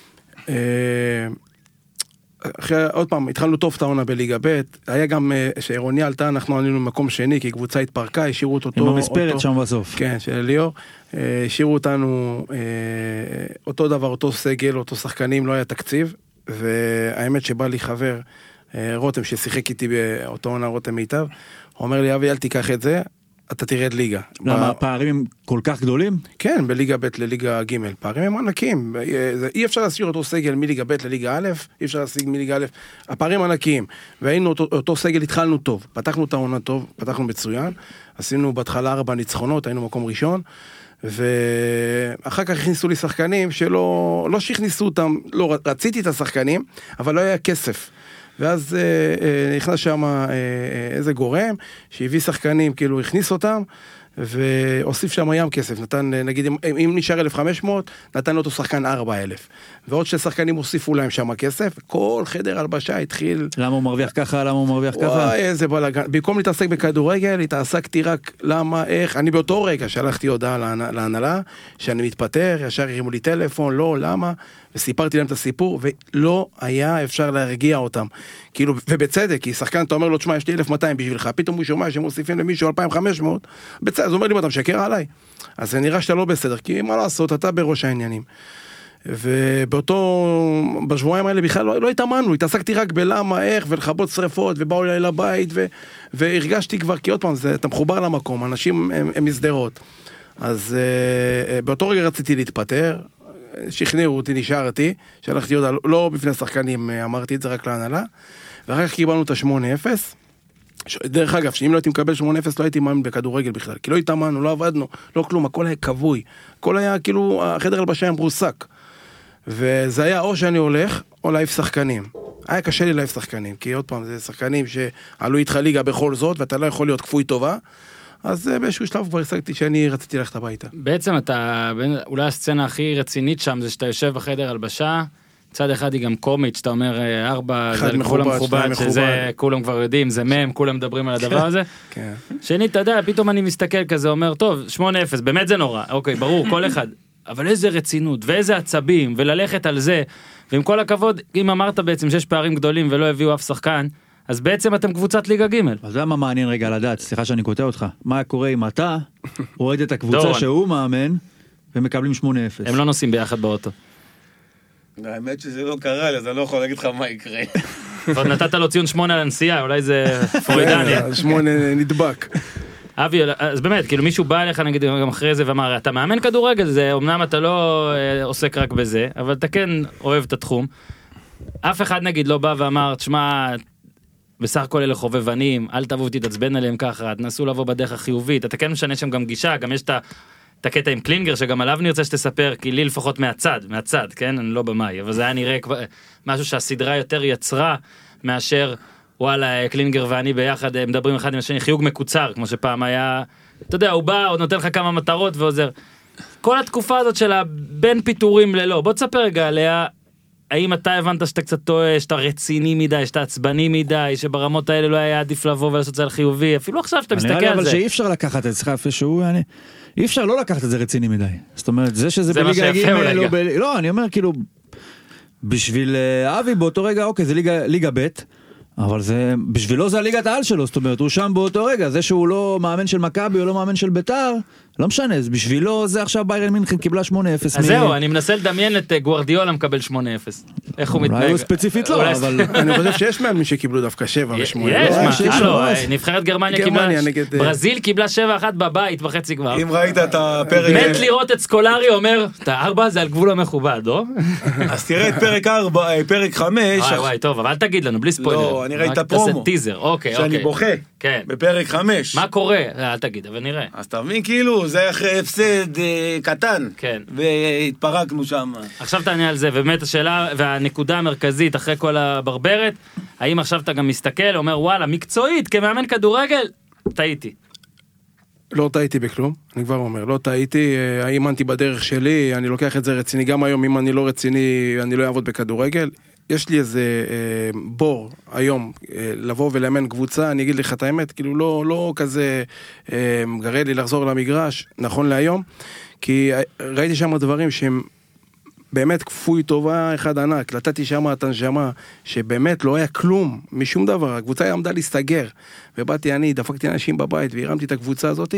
אחרי, עוד פעם, התחלנו טוב את העונה בליגה ב', היה גם שעירוני עלתה, אנחנו עלינו במקום שני, כי קבוצה התפרקה, השאירו אותו... עם המספרת שם בסוף. כן, של ליאור. השאירו אותנו, אותו דבר, אותו סגל, אותו שחקנים, לא היה תקציב, והאמת שבא לי חבר, רותם, ששיחק איתי באותו עונה, רותם מיטב, הוא אומר לי, אבי, אל תיקח את זה, אתה תרד ליגה. למה, הפערים הם כל כך גדולים? כן, בליגה ב' לליגה ג', פערים הם ענקים. אי אפשר להסיר אותו סגל מליגה ב' לליגה א', אי אפשר להשיג מליגה א', הפערים ענקיים. והיינו אותו, אותו סגל, התחלנו טוב, פתחנו את העונה טוב, פתחנו מצוין, עשינו בהתחלה ארבע ניצחונות, היינו מקום ראשון, ואחר כך הכניסו לי שחקנים שלא, לא שהכניסו אותם, לא, רציתי את השחקנים, אבל לא היה כסף. ואז אה, אה, נכנס שם אה, איזה גורם שהביא שחקנים, כאילו הכניס אותם והוסיף שם ים כסף, נתן, נגיד, אם, אם נשאר אלף וחמש מאות, נתן לו אותו שחקן ארבע אלף, ועוד שני שחקנים הוסיפו להם שם כסף, כל חדר הלבשה התחיל... למה הוא מרוויח ככה, למה הוא מרוויח ככה? וואי, איזה בלגן, במקום להתעסק בכדורגל, התעסקתי רק למה, איך, אני באותו רגע שלחתי הודעה להנהלה, שאני מתפטר, ישר הרימו לי טלפון, לא, למה, וסיפרתי להם את הסיפור, ולא היה אפשר להרגיע אותם, כאילו, ובצדק, כי שחקן, אתה אומר לו, תשמע, יש לי אלף ומאתיים בשבילך, פתאום הוא שומע שמוסיפים למישהו אלפיים וחמש מאות, בצדק, אז הוא אומר לי, אתה משקר עליי, אז זה נראה שאתה לא בסדר, כי מה לעשות, אתה בראש העניינים. ובאותו, בשבועיים האלה בכלל לא, לא התאמנו, התעסקתי רק בלמה, איך, ולחבות שריפות, ובאו לי לבית, ו, והרגשתי כבר, כי עוד פעם, זה, אתה מחובר למקום, אנשים הם, הם מסדרות. אז uh, באותו רגע רציתי להתפטר, שכנעו אותי, נשארתי, שלחתי עוד, לא בפני השחקנים, אמרתי את זה רק להנהלה, ואחר כך קיבלנו את ה-שמונה אפס, דרך אגב, שאם לא הייתי מקבל שמונה אפס, לא הייתי מאמין בכדורגל בכלל, כי לא התאמנו, לא עבדנו, לא כלום, הכל היה כבוי, הכל היה כאילו, החדר הלבשה היה מרוסק, וזה היה או שאני הולך, או להעיף שחקנים. היה קשה לי להעיף שחקנים, כי עוד פעם, זה שחקנים שעלו איתך ליגה בכל זאת, ואתה לא יכול להיות כפוי טובה, אז באיזשהו שלב כבר השגתי שאני רציתי ללכת הביתה. בעצם אתה, אולי הסצנה הכי רצינית שם, זה שאתה יושב בחדר הלבשה, צד אחד היא גם קומית, שאתה אומר ארבע, זה כולם מכובד, שזה כולם כבר יודעים, זה מם, כולם מדברים על הדבר הזה. שני, אתה יודע, פתאום אני מסתכל כזה, אומר, טוב, שמונה אפס, באמת זה נורא, אוקיי, ברור, כל אחד, אבל איזה רצינות, ואיזה עצבים, וללכת על זה, ועם כל הכבוד, אם אמרת בעצם שיש פערים גדולים ולא הביאו אף שחקן, אז בעצם אתם קבוצת ליגה ג'. אז זה מה מעניין רגע לדעת, סליחה שאני קוטע אותך, מה קורה אם אתה אוהד את הקבוצה שהוא מאמן, ומקבלים שמונה אפס. הם לא נוסעים ביחד באוטו. האמת שזה לא קרה לי, אז אני לא יכול להגיד לך מה יקרה. עוד נתת לו ציון שמונה על הנסיעה, אולי זה פרוידני. שמונה נדבק. אבי, אז באמת, כאילו מישהו בא אליך נגיד גם אחרי זה ואמר, אתה מאמן כדורגל, זה אמנם אתה לא עוסק רק בזה, אבל אתה כן אוהב את התחום. אף אחד נגיד לא בא ואמר, תשמע, בסך הכל אלה חובבנים, אל תבואו ותתעצבן עליהם ככה, תנסו לבוא בדרך החיובית, אתה כן משנה שם גם גישה, גם יש את הקטע עם קלינגר, שגם עליו נרצה שתספר, כי לי לפחות מהצד, מהצד, כן? אני לא במאי, אבל זה היה נראה משהו שהסדרה יותר יצרה, מאשר, וואלה, קלינגר ואני ביחד מדברים אחד עם השני, חיוג מקוצר, כמו שפעם היה, אתה יודע, הוא בא, עוד נותן לך כמה מטרות ועוזר. כל התקופה הזאת של בין פיתורים ללא, בוא תספר רגע עליה, האם אתה הבנת שאתה קצת טועה, שאתה רציני מדי, שאתה עצבני מדי, שברמות האלה לא היה עדיף לבוא ולעשות את זה לחיובי, אפילו עכשיו שאתה מסתכל על זה. אבל שאי אפשר לקחת את זה, איפשהו, אי אפשר לא לקחת את זה רציני מדי. זאת אומרת, זה שזה בליגה ג' לא, אני אומר כאילו, בשביל אבי באותו רגע, אוקיי, זה ליגה ב', אבל זה, בשבילו זה הליגת העל שלו, זאת אומרת, הוא שם באותו רגע, זה שהוא לא מאמן של מכבי או לא מאמן של ביתר, לא משנה, אז בשבילו זה עכשיו ביירן מינכן קיבלה שמונה אפס. אז זהו, אני מנסה לדמיין את גוארדיולה מקבל שמונה אפס. איך הוא מתנהג? אולי הוא ספציפית לא, אבל... אני חושב שיש מאמנים שקיבלו דווקא שבע ושמונה. יש, מה, הלו, נבחרת גרמניה קיבלה, ברזיל קיבלה שבע אחת בבית בחצי כבר. אם ראית את הפרק... מת לראות את סקולרי אומר, את הארבע זה על גבול המכובד, לא? אז תראה את פרק ארבע, פרק חמש. וואי וואי, טוב, אבל אל תגיד לנו, בלי ספוילר. לא, אני ראיתי את הפרומו. טיזר, אוקיי, אוקיי. שאני בוכה. כן. בפרק חמש. מה קורה? אל תגיד, אבל נראה. אז אתה מבין, כאילו, זה אחרי הפסד אה, קטן. כן. והתפרקנו שם. עכשיו תענה על זה, ובאמת השאלה והנקודה המרכזית אחרי כל הברברת, האם עכשיו אתה גם מסתכל, אומר וואלה, מקצועית, כמאמן כדורגל, טעיתי. לא טעיתי בכלום, אני כבר אומר, לא טעיתי, האימנתי בדרך שלי, אני לוקח את זה רציני, גם היום אם אני לא רציני, אני לא אעבוד בכדורגל. יש לי איזה אה, בור היום אה, לבוא ולאמן קבוצה, אני אגיד לך את האמת, כאילו לא, לא כזה אה, גרע לי לחזור למגרש, נכון להיום, כי ראיתי שם דברים שהם באמת כפוי טובה אחד ענק, נתתי שם את הנשמה, שבאמת לא היה כלום משום דבר, הקבוצה עמדה להסתגר, ובאתי אני, דפקתי אנשים בבית והרמתי את הקבוצה הזאת,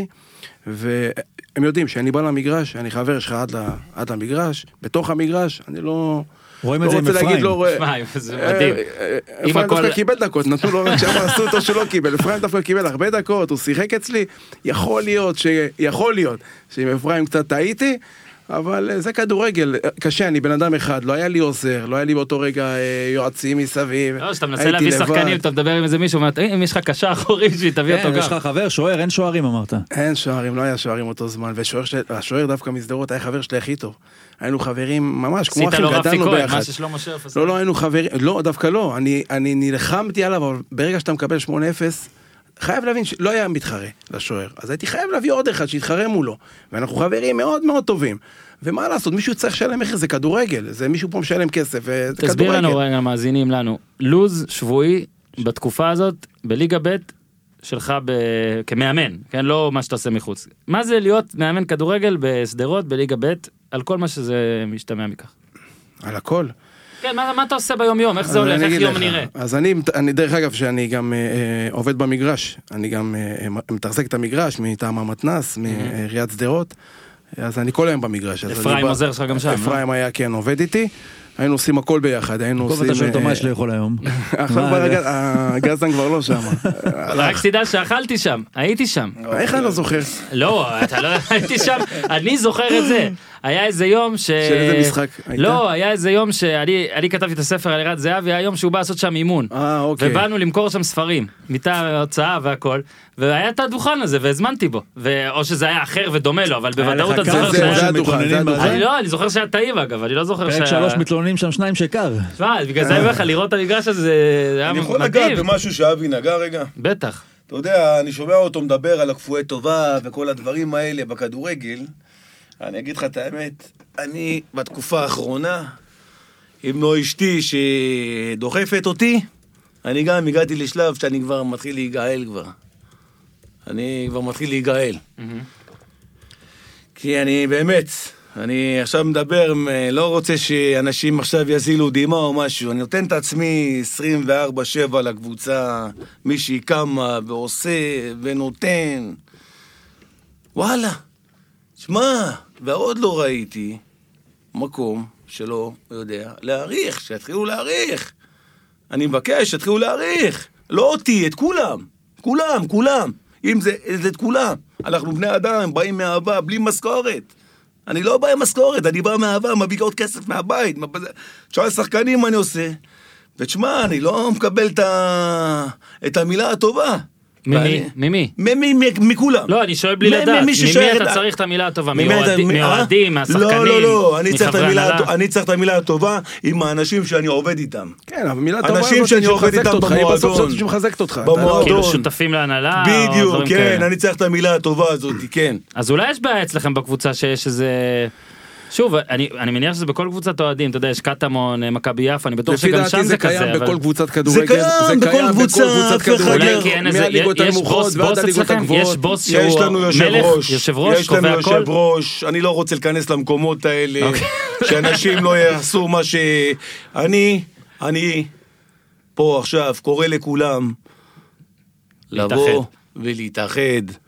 והם יודעים שאני בא למגרש, אני חבר שלך עד, עד למגרש, בתוך המגרש, אני לא... רואים את זה עם אפרים. שמע, זה מדהים. אפרים דווקא קיבל דקות, נתנו לו שם עשו אותו שלא קיבל, אפרים דווקא קיבל הרבה דקות, הוא שיחק אצלי, יכול להיות, שיכול להיות, שעם אפרים קצת טעיתי, אבל זה כדורגל, קשה, אני בן אדם אחד, לא היה לי עוזר, לא היה לי באותו רגע יועצים מסביב. לא, שאתה מנסה להביא שחקנים, אתה מדבר עם איזה מישהו, אומרת, אם יש לך קשה אחורית, שתביא אותו גם. יש לך חבר, שוער, אין שוערים אמרת. אין שוערים, לא היה שוערים אותו זמן, והשוער דווקא מסדרות היה חבר שלי הכי טוב. היינו חברים ממש, כמו אחים, גדלנו ביחד. לא, לא, היינו חברים, לא, דווקא לא, אני נלחמתי עליו, אבל ברגע שאתה מקבל שמונה אפס, חייב להבין שלא היה מתחרה לשוער, אז הייתי חייב להביא עוד אחד שיתחרה מולו, ואנחנו חברים מאוד מאוד טובים, ומה לעשות, מישהו צריך לשלם מחיר, זה כדורגל, זה מישהו פה משלם כסף, וזה כדורגל. תסביר לנו, רגע, מאזינים לנו, לוז שבועי בתקופה הזאת, בליגה ב' שלך כמאמן, כן, לא מה שאתה עושה מחוץ. מה זה להיות מאמן כדורגל בסדרות, בליגה ב', על כל מה שזה משתמע מכך? על הכל. כן, מה, מה אתה עושה ביום יום? איך זה הולך? איך יום נראה? אז אני, אני דרך אגב, שאני גם אה, עובד במגרש, אני גם אה, מתחזק את המגרש מטעם המתנ"ס, מעיריית שדרות, אז אני כל היום במגרש. אפרים עוזר שלך גם שם, אפרים היה, כן, עובד איתי, היינו עושים הכל ביחד, היינו עושים... אתה שואל אותו מה יש לאכול היום? הגזן כבר לא שם. רק תדע שאכלתי שם, הייתי שם. איך אני לא זוכר? לא, אתה לא הייתי שם, אני זוכר את זה. היה איזה יום ש... של איזה משחק? לא, היה איזה יום שאני כתבתי את הספר על ירד זהבי, היה יום שהוא בא לעשות שם אימון. אה, אוקיי. ובאנו למכור שם ספרים, מטעם ההוצאה והכל, והיה את הדוכן הזה, והזמנתי בו. או שזה היה אחר ודומה לו, אבל בוודאות אתה זוכר שהיה... לא, אני זוכר שהיה טעים אגב, אני לא זוכר פרק שלוש מתלוננים שם שניים שקר. תשמע, בגלל זה אני לראות את המגרש הזה, זה היה מדהים. אני יכול לגעת במשהו שאבי נגע רגע? בטח. אתה יודע, אני שומע אותו מדבר על הכפויי טובה וכל הדברים האלה בכדורגל. אני אגיד לך את האמת, אני בתקופה האחרונה, עם נו אשתי שדוחפת אותי, אני גם הגעתי לשלב שאני כבר מתחיל להיגאל כבר. אני כבר מתחיל להיגאל. כי אני באמת, אני עכשיו מדבר, לא רוצה שאנשים עכשיו יזילו דימה או משהו, אני נותן את עצמי עשרים וארבע שבע לקבוצה, מישהי קמה ועושה ונותן. וואלה, שמע, ועוד לא ראיתי מקום שלא יודע להעריך, שיתחילו להעריך. אני מבקש, שיתחילו להעריך. לא אותי, את כולם. כולם, כולם. אם זה, זה את כולם. אנחנו בני אדם, באים מאהבה, בלי משכורת. אני לא בא עם משכורת, אני בא מאהבה, מביא עוד כסף מהבית. תשמע, שחקנים אני עושה. ותשמע, אני לא מקבל את, ה... את המילה הטובה. ממי? ממי? ממי, מכולם. לא, אני שואל בלי לדעת. ממי אתה צריך את המילה הטובה? מאוהדים, מהשחקנים? לא, לא, לא. אני צריך את המילה הטובה עם האנשים שאני עובד איתם. כן, אבל מילה טובה אנשים שאני עובד איתם במועדון. בסוף זאת שמחזקת אותך. כאילו שותפים להנהלה? בדיוק, כן. אני צריך את המילה הטובה הזאת, כן. אז אולי יש בעיה אצלכם בקבוצה שיש איזה... שוב, אני, אני מניח שזה בכל קבוצת אוהדים, אתה יודע, יש קטמון, מכבי יפו, אני בטוח שגם שם זה כזה. זה קיים אבל... בכל קבוצת כדורגל. זה קיים בכל קבוצה, אף אחד אולי כי אין איזה, יש בוס, בוס אצלכם, יש בוס שהוא מלך, יושב ראש, יש לנו יושב ראש, אני לא רוצה להיכנס למקומות האלה, שאנשים לא יעשו מה ש... אני, אני פה עכשיו קורא לכולם לבוא ולהתאחד,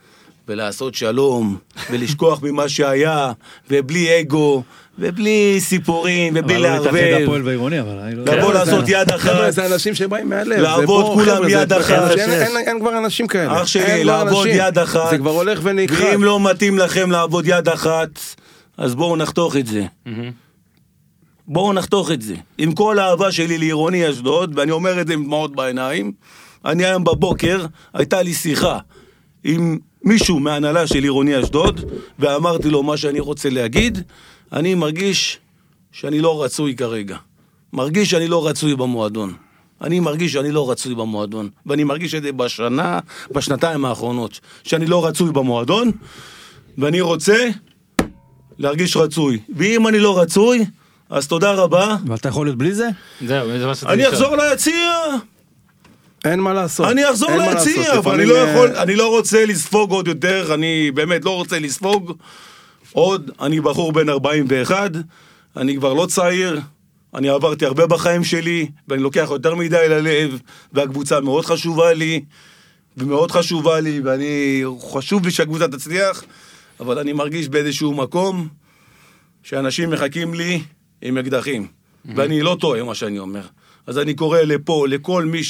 ולעשות שלום, ולשכוח ממה שהיה, ובלי אגו, ובלי סיפורים, ובלי לערבב. אבל לא להתאחד הפועל ועירוני, אבל... לבוא לעשות יד אחת. זה אנשים שבאים מהלב. לעבוד כולם יד אחת. אין כבר אנשים כאלה. אח שלי, לעבוד יד אחת. זה כבר הולך ונכחד. ואם לא מתאים לכם לעבוד יד אחת, אז בואו נחתוך את זה. בואו נחתוך את זה. עם כל האהבה שלי לעירוני אשדוד, ואני אומר את זה עם דמעות בעיניים, אני היום בבוקר, הייתה לי שיחה עם מישהו מהנהלה של עירוני אשדוד, ואמרתי לו מה שאני רוצה להגיד, אני מרגיש שאני לא רצוי כרגע. מרגיש שאני לא רצוי במועדון. אני מרגיש שאני לא רצוי במועדון. ואני מרגיש את זה בשנה, בשנתיים האחרונות, שאני לא רצוי במועדון, ואני רוצה להרגיש רצוי. ואם אני לא רצוי, אז תודה רבה. אבל אתה יכול להיות בלי זה? זהו, זה מה שאתה אני אחזור ליציע. אין מה לעשות. אני אחזור ליציע, אבל אני לא יכול, אני לא רוצה לספוג עוד יותר, אני באמת לא רוצה לספוג עוד, אני בחור בן ארבעים ואחת, אני כבר לא צעיר, אני עברתי הרבה בחיים שלי, ואני לוקח יותר מדי ללב, והקבוצה מאוד חשובה לי, ומאוד חשובה לי, ואני חשוב לי שהקבוצה תצליח, אבל אני מרגיש באיזשהו מקום, שאנשים מחכים לי עם אקדחים, ואני לא טועה מה שאני אומר. אז אני קורא לפה, לכל מי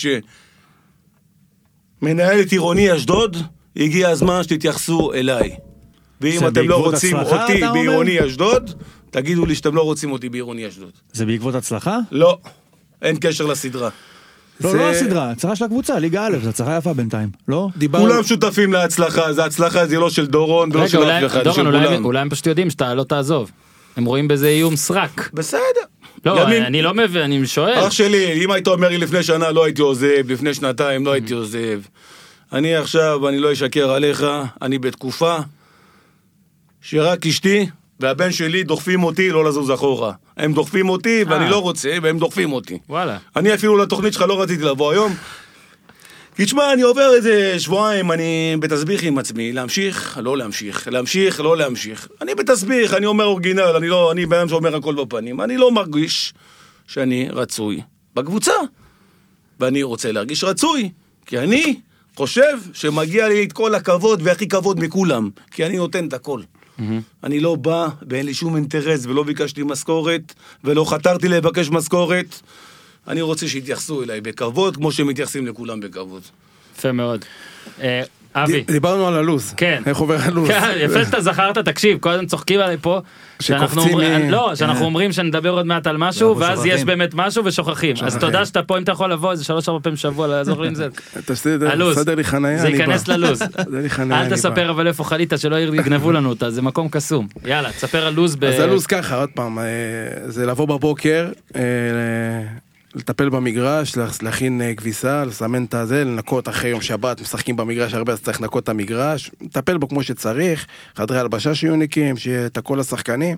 שמנהל את עירוני אשדוד, הגיע הזמן שתתייחסו אליי. ואם אתם לא רוצים אותי בעירוני אשדוד, תגידו לי שאתם לא רוצים אותי בעירוני אשדוד. זה בעקבות הצלחה? לא, אין קשר לסדרה. לא, לא הסדרה, הצלחה של הקבוצה, ליגה א', זו הצלחה יפה בינתיים, לא? כולם שותפים להצלחה, זה הצלחה, זה לא של דורון ולא של אף אחד, של כולם. אולי הם פשוט יודעים שאתה לא תעזוב. הם רואים בזה איום סרק. בסדר. לא, אני לא מבין, אני שואל. אח שלי, אם היית אומר לי לפני שנה לא הייתי עוזב, לפני שנתיים לא הייתי עוזב. אני עכשיו, אני לא אשקר עליך, אני בתקופה שרק אשתי והבן שלי דוחפים אותי לא לזוז אחורה. הם דוחפים אותי ואני לא רוצה, והם דוחפים אותי. וואלה. אני אפילו לתוכנית שלך לא רציתי לבוא היום. כי תשמע, אני עובר איזה שבועיים, אני בתסביך עם עצמי, להמשיך, לא להמשיך, להמשיך, לא להמשיך. אני בתסביך, אני אומר אורגינל, אני לא, אני בהם שאומר הכל בפנים. אני לא מרגיש שאני רצוי בקבוצה. ואני רוצה להרגיש רצוי, כי אני חושב שמגיע לי את כל הכבוד והכי כבוד מכולם, כי אני נותן את הכל. אני לא בא ואין לי שום אינטרס, ולא ביקשתי משכורת, ולא חתרתי לבקש משכורת. אני רוצה שיתייחסו אליי בכבוד, כמו שהם מתייחסים לכולם בכבוד. יפה מאוד. אבי. דיברנו על הלוז. כן. איך עובר הלוז? יפה שאתה זכרת, תקשיב, קודם צוחקים עליי פה, שאנחנו אומרים שנדבר עוד מעט על משהו, ואז יש באמת משהו ושוכחים. אז תודה שאתה פה, אם אתה יכול לבוא איזה שלוש ארבע פעמים שבוע, לעזור לי עם זה. הלוז. סדר לי חניה, זה ייכנס ללוז. אל תספר אבל איפה חלית, שלא יגנבו לנו אותה, זה מקום קסום. יאללה, תספר על לוז. אז הלוז ככה, עוד פעם, זה לבוא בבוקר, לטפל במגרש, להכין כביסה, לסמן את הזה, לנקות אחרי יום שבת, משחקים במגרש הרבה, אז צריך לנקות את המגרש, לטפל בו כמו שצריך, חדרי הלבשה שיהיו נקיים, שיהיה את כל השחקנים.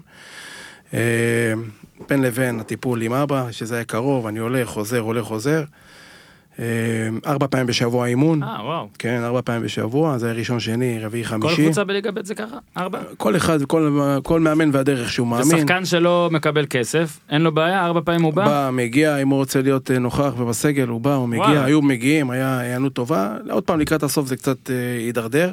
בין לבין הטיפול עם אבא, שזה היה קרוב, אני הולך, חוזר, הולך, חוזר. ארבע פעמים בשבוע אימון. אה, וואו. כן, ארבע פעמים בשבוע, זה ראשון, שני, רביעי, חמישי. כל קבוצה בליגה ב' זה ככה? ארבע? כל אחד, כל, כל מאמן והדרך שהוא מאמין. ושחקן שלא מקבל כסף, אין לו בעיה, ארבע פעמים הוא בא? בא, מגיע, אם הוא רוצה להיות נוכח ובסגל, הוא בא, הוא מגיע, וואלה. היו מגיעים, היה הענות טובה, עוד פעם לקראת הסוף זה קצת הידרדר.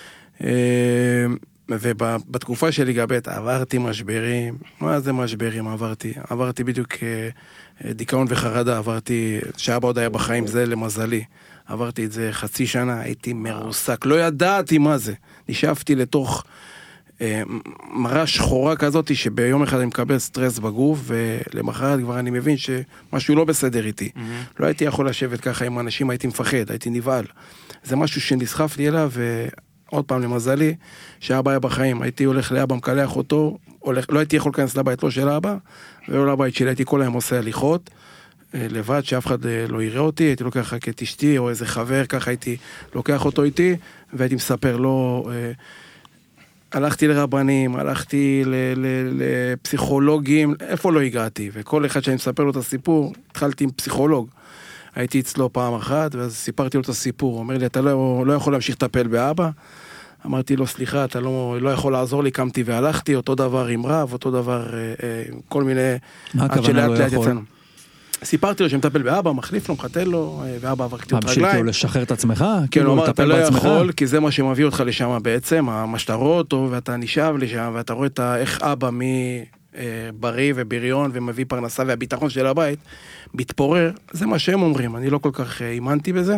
ובתקופה של ליגה ב' עברתי משברים, מה זה משברים עברתי? עברתי בדיוק דיכאון וחרדה, עברתי, שאבא עוד היה בחיים, זה למזלי. עברתי את זה חצי שנה, הייתי מרוסק, לא ידעתי מה זה. נשאפתי לתוך אה, מראה שחורה כזאת, שביום אחד אני מקבל סטרס בגוף, ולמחרת כבר אני מבין שמשהו לא בסדר איתי. Mm-hmm. לא הייתי יכול לשבת ככה עם אנשים, הייתי מפחד, הייתי נבעל. זה משהו שנסחף לי אליו, ועוד פעם למזלי, שאבא היה בחיים, הייתי הולך לאבא, מקלח אותו, הולך, לא הייתי יכול להיכנס לבית לא של אבא, ולא לבית שלי, הייתי כל היום עושה הליכות, לבד, שאף אחד לא יראה אותי, הייתי לוקח רק את אשתי, או איזה חבר, ככה הייתי לוקח אותו איתי, והייתי מספר לו, אה, הלכתי לרבנים, הלכתי לפסיכולוגים, איפה לא הגעתי, וכל אחד שאני מספר לו את הסיפור, התחלתי עם פסיכולוג, הייתי אצלו פעם אחת, ואז סיפרתי לו את הסיפור, הוא אומר לי, אתה לא, לא יכול להמשיך לטפל באבא, אמרתי לו, סליחה, אתה לא, לא יכול לעזור לי, קמתי והלכתי, אותו דבר עם רב, אותו דבר, אה, אה, כל מיני... מה הכוונה לא יכול? יצאנו. סיפרתי לו שמטפל באבא, מחליף לו, מחתל לו, ואבא עבר קטיעות בשביל רגליים. כאילו לשחרר את עצמך? כן, הוא אמר, אתה לא בעצמך? יכול, כי זה מה שמביא אותך לשם בעצם, מה שאתה רואה אותו, ואתה נשאב לשם, ואתה רואה את איך אבא מבריא ובריון, ומביא פרנסה, והביטחון של הבית, מתפורר, זה מה שהם אומרים, אני לא כל כך אימנתי בזה.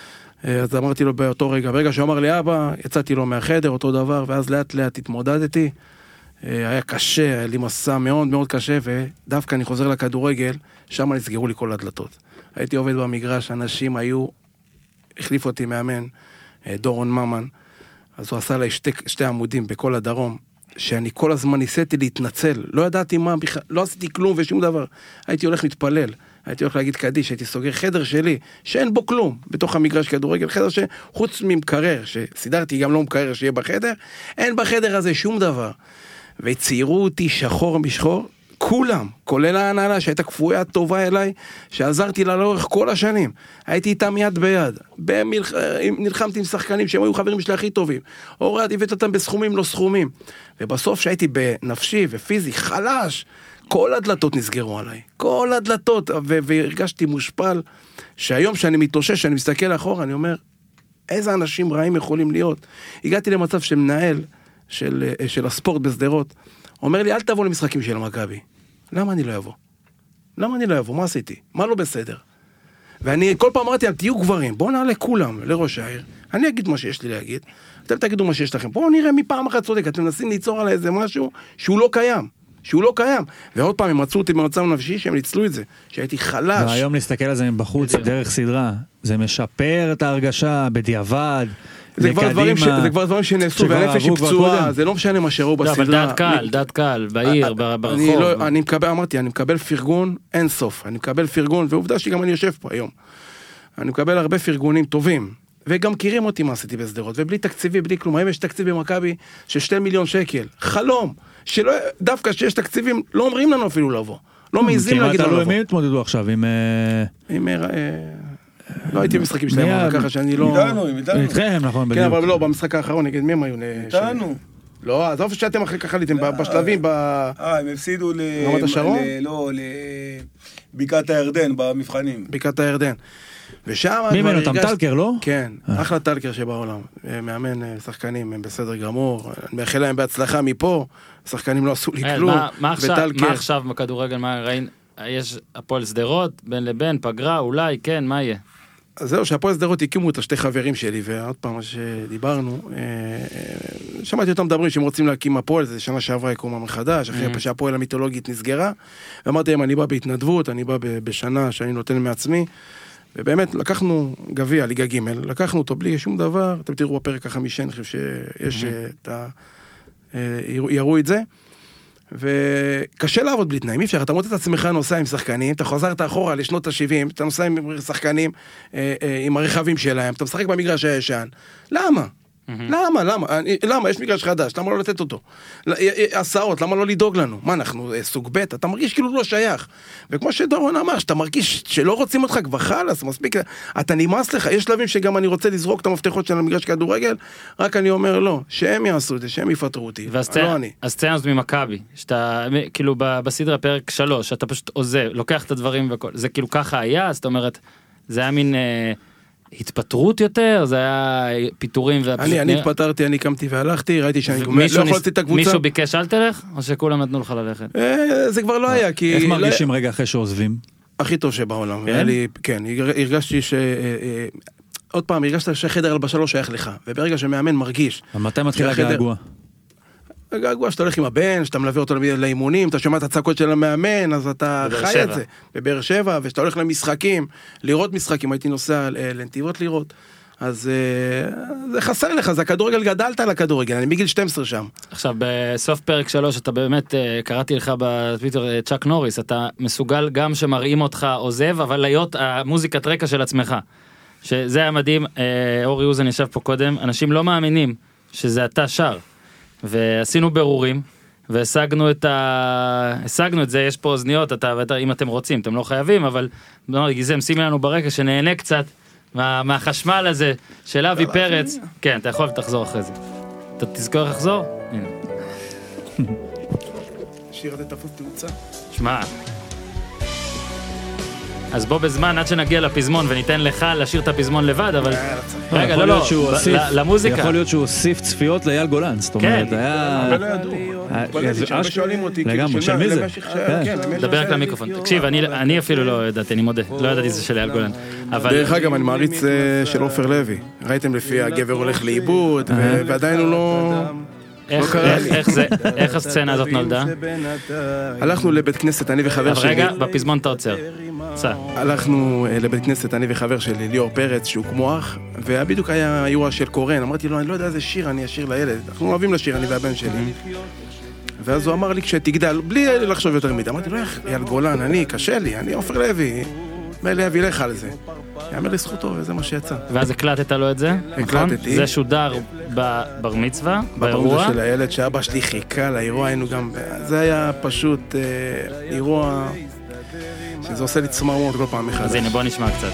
אז אמרתי לו באותו רגע, ברגע שהוא אמר לי אבא, יצאתי לו מהחדר, אותו דבר, ואז לאט לאט התמודדתי. היה קשה, היה לי מסע מאוד מאוד קשה, ודווקא אני חוזר לכדורגל, שם נסגרו לי כל הדלתות. הייתי עובד במגרש, אנשים היו, החליף אותי מאמן, דורון ממן, אז הוא עשה לי שתי, שתי עמודים בכל הדרום, שאני כל הזמן ניסיתי להתנצל, לא ידעתי מה, לא עשיתי כלום ושום דבר. הייתי הולך מתפלל, הייתי הולך להגיד קדיש, הייתי סוגר חדר שלי, שאין בו כלום, בתוך המגרש כדורגל, חדר שחוץ ממקרר, שסידרתי גם לא מקרר שיהיה בחדר, אין בחדר הזה שום דבר. וציירו אותי שחור משחור, כולם, כולל ההנהלה שהייתה כפויה טובה אליי, שעזרתי לה לאורך כל השנים. הייתי איתם יד ביד, במלח... נלחמתי עם שחקנים שהם היו חברים שלי הכי טובים. הורדתי הבאת אותם בסכומים לא סכומים. ובסוף שהייתי בנפשי ופיזי חלש, כל הדלתות נסגרו עליי. כל הדלתות, ו... והרגשתי מושפל, שהיום שאני מתאושש, שאני מסתכל אחורה, אני אומר, איזה אנשים רעים יכולים להיות. הגעתי למצב של מנהל, של, של הספורט בסדרות, אומר לי, אל תבוא למשחקים של מכבי. למה אני לא אבוא? למה אני לא אבוא? מה עשיתי? מה לא בסדר? ואני כל פעם אמרתי, תהיו גברים, בואו נעלה כולם לראש העיר, אני אגיד מה שיש לי להגיד, אתם תגידו מה שיש לכם, בואו נראה מפעם אחת צודק, אתם מנסים ליצור עליי איזה משהו שהוא לא קיים, שהוא לא קיים. ועוד פעם, הם מצאו אותי במצב נפשי, שהם ניצלו את זה, שהייתי חלש. והיום להסתכל על זה מבחוץ, דרך סדרה, זה משפר את ההרגשה בדיעבד, זה כבר דברים ש... זה כבר דברים שנעשו, והנפש היא פצועה, זה לא משנה מה שראו בסדרה. אבל דעת קהל, דעת קהל, בעיר, ברחוב. אני לא, אני מקבל, אמרתי, אני מקבל פרגון אין סוף, אני מקבל פרגון, ועובדה שגם אני יושב פה היום. אני מקבל הרבה פרגונים טובים, וגם מכירים אותי מה עשיתי בסדרות, ובלי תקציבי, בלי כלום. היום יש תקציב במכבי של שתי מיליון שקל, חלום, שלא, דווקא שיש תקציבים, לא אומרים לנו אפילו לבוא, לא מעיזים להגיד לנו לבוא. מי התמודדו עכשיו עם... עם... לא הייתי במשחקים שלהם, ככה שאני לא... איתנו, איתנו. איתכם, נכון, בדיוק. כן, אבל לא, במשחק האחרון, נגד מי הם היו? איתנו. לא, אז איפה שאתם אחרי ככה ליתם, בשלבים, ב... אה, הם הפסידו ל... רמת השרון? לא, לבקעת הירדן, במבחנים. בקעת הירדן. ושם... מי מן אותם? טלקר, לא? כן, אחלה טלקר שבעולם. מאמן שחקנים, הם בסדר גמור. אני מאחל להם בהצלחה מפה, שחקנים לא עשו לי כלום. מה עכשיו בכדורגל, מה ראינו? יש הפועל סדרות, בין לבין, פגרה, אולי, כן, מה יהיה? אז זהו, שהפועל סדרות הקימו את השתי חברים שלי, ועוד פעם מה שדיברנו, שמעתי אותם מדברים שהם רוצים להקים הפועל, זה שנה שעברה יקומה מחדש, אחרי שהפועל המיתולוגית נסגרה, ואמרתי להם, אני בא בהתנדבות, אני בא בשנה שאני נותן מעצמי, ובאמת לקחנו גביע, ליגה ג', לקחנו אותו בלי שום דבר, אתם תראו בפרק החמישי, אני חושב שיש את ה... יראו את זה, וקשה לעבוד בלי תנאים, אי אפשר, אתה מוצא את עצמך נוסע עם שחקנים, אתה חוזרת אחורה לשנות ה-שבעים, אתה נוסע עם שחקנים, עם הרכבים שלהם, אתה משחק במגרש הישן, למה? למה? למה? למה? יש מגרש חדש, למה לא לתת אותו? הסעות, למה לא לדאוג לנו? מה, אנחנו סוג ב', אתה מרגיש כאילו לא שייך. וכמו שדורון אמר, שאתה מרגיש שלא רוצים אותך כבר חלס, מספיק, אתה נמאס לך, יש שלבים שגם אני רוצה לזרוק את המפתחות של המגרש כדורגל, רק אני אומר לא, שהם יעשו את זה, שהם יפטרו אותי, לא אני. אז ציין זאת ממכבי, שאתה, כאילו בסדרה פרק שלוש, אתה פשוט עוזב, לוקח את הדברים וכל, זה כאילו ככה היה, אז זאת אומרת, זה היה מין... התפטרות יותר, זה היה פיטורים. אני, אני התפטרתי, אני קמתי והלכתי, ראיתי שאני לא יכול לצאת את הקבוצה. מישהו ביקש אל תלך, או שכולם נתנו לך ללכת? זה כבר לא היה, כי... איך מרגישים רגע אחרי שעוזבים? הכי טוב שבעולם. כן, הרגשתי ש... עוד פעם, הרגשת שחדר הלבשה לא שייך לך, וברגע שמאמן מרגיש... מתי מתחיל הגעגוע? הגעגוע שאתה הולך עם הבן, שאתה מלווה אותו לאימונים, אתה שומע את הצעקות של המאמן, אז אתה חי את זה. בבאר שבע, ושאתה הולך למשחקים, לראות משחקים, הייתי נוסע לנתיבות לראות, אז זה חסר לך, זה הכדורגל, גדלת על הכדורגל, אני מגיל שתים עשרה שם. עכשיו, בסוף פרק שלוש, אתה באמת, קראתי לך בטוויטר צ'אק נוריס, אתה מסוגל גם שמראים אותך עוזב, אבל להיות המוזיקת רקע של עצמך. שזה היה מדהים, אורי אוזן ישב פה קודם, אנשים לא מאמינים שזה אתה שר. ועשינו ברורים, והשגנו את ה... השגנו את זה, יש פה אוזניות, אתה, אם אתם רוצים, אתם לא חייבים, אבל גיזם, שימי לנו ברקע שנהנה קצת מה, מהחשמל הזה של אבי פרץ. כן, אתה יכול ותחזור אחרי זה. אתה תזכור לחזור? הנה. שיר הזה תפוס תאוצה. שמע. אז בוא בזמן עד שנגיע לפזמון וניתן לך להשאיר את הפזמון לבד, אבל רגע, יכול לא, להיות שהוא לא, הוסיף- ל- למוזיקה. יכול להיות שהוא הוסיף צפיות לאייל גולן, זאת אומרת, כן. היה... אבל לא ידעו. אה, התפלאתי זה שהרבה אשכרה. שואלים אותי, כאילו, לגמרי, של של מה- מי זה? למשך ש- כן. כן, למשך דבר רק ש- למיקרופון. תקשיב, אני- אני אפילו לא ידעתי, אני מודה. לא ידעתי זה של אייל גולן. אבל דרך אגב, אני מעריץ אה, של עופר לוי. ראיתם לפי הגבר הולך לאיבוד, ו- ועדיין הוא לא... איך- קרה איך- לי. איך זה- איך הסצנה הזאת נולדה? הלכנו לבית כנסת, אני וחבר אבל שלי. רגע, בפזמון אתה עוצר. סע. הלכנו אה, לבית כנסת, אני וחבר שלי, ליאור פרץ, שהוא כמו אח, ובדיוק היה אירוע של קורן. אמרתי לו, אני לא יודע איזה שיר אני אשיר לילד. אנחנו אוהבים לשיר, אני והבן שלי. ואז הוא אמר לי, כשתגדל, בלי לחשוב יותר מדי. אמרתי לו, איך, אייל גולן, אני, קשה לי, אני עופר לוי. מילא אביא לך על זה. יאמר לזכותו, וזה מה שיצא. ואז הקלטת לו את זה, נכון? הקלטתי. זה שודר בבר מצווה, באירוע באירוע. של הילד שאבא שלי חיכה לאירוע, היינו גם... זה היה פשוט אה, אירוע שזה עושה לי צמרמורת כל פעם מחדש. אז הנה בוא נשמע קצת.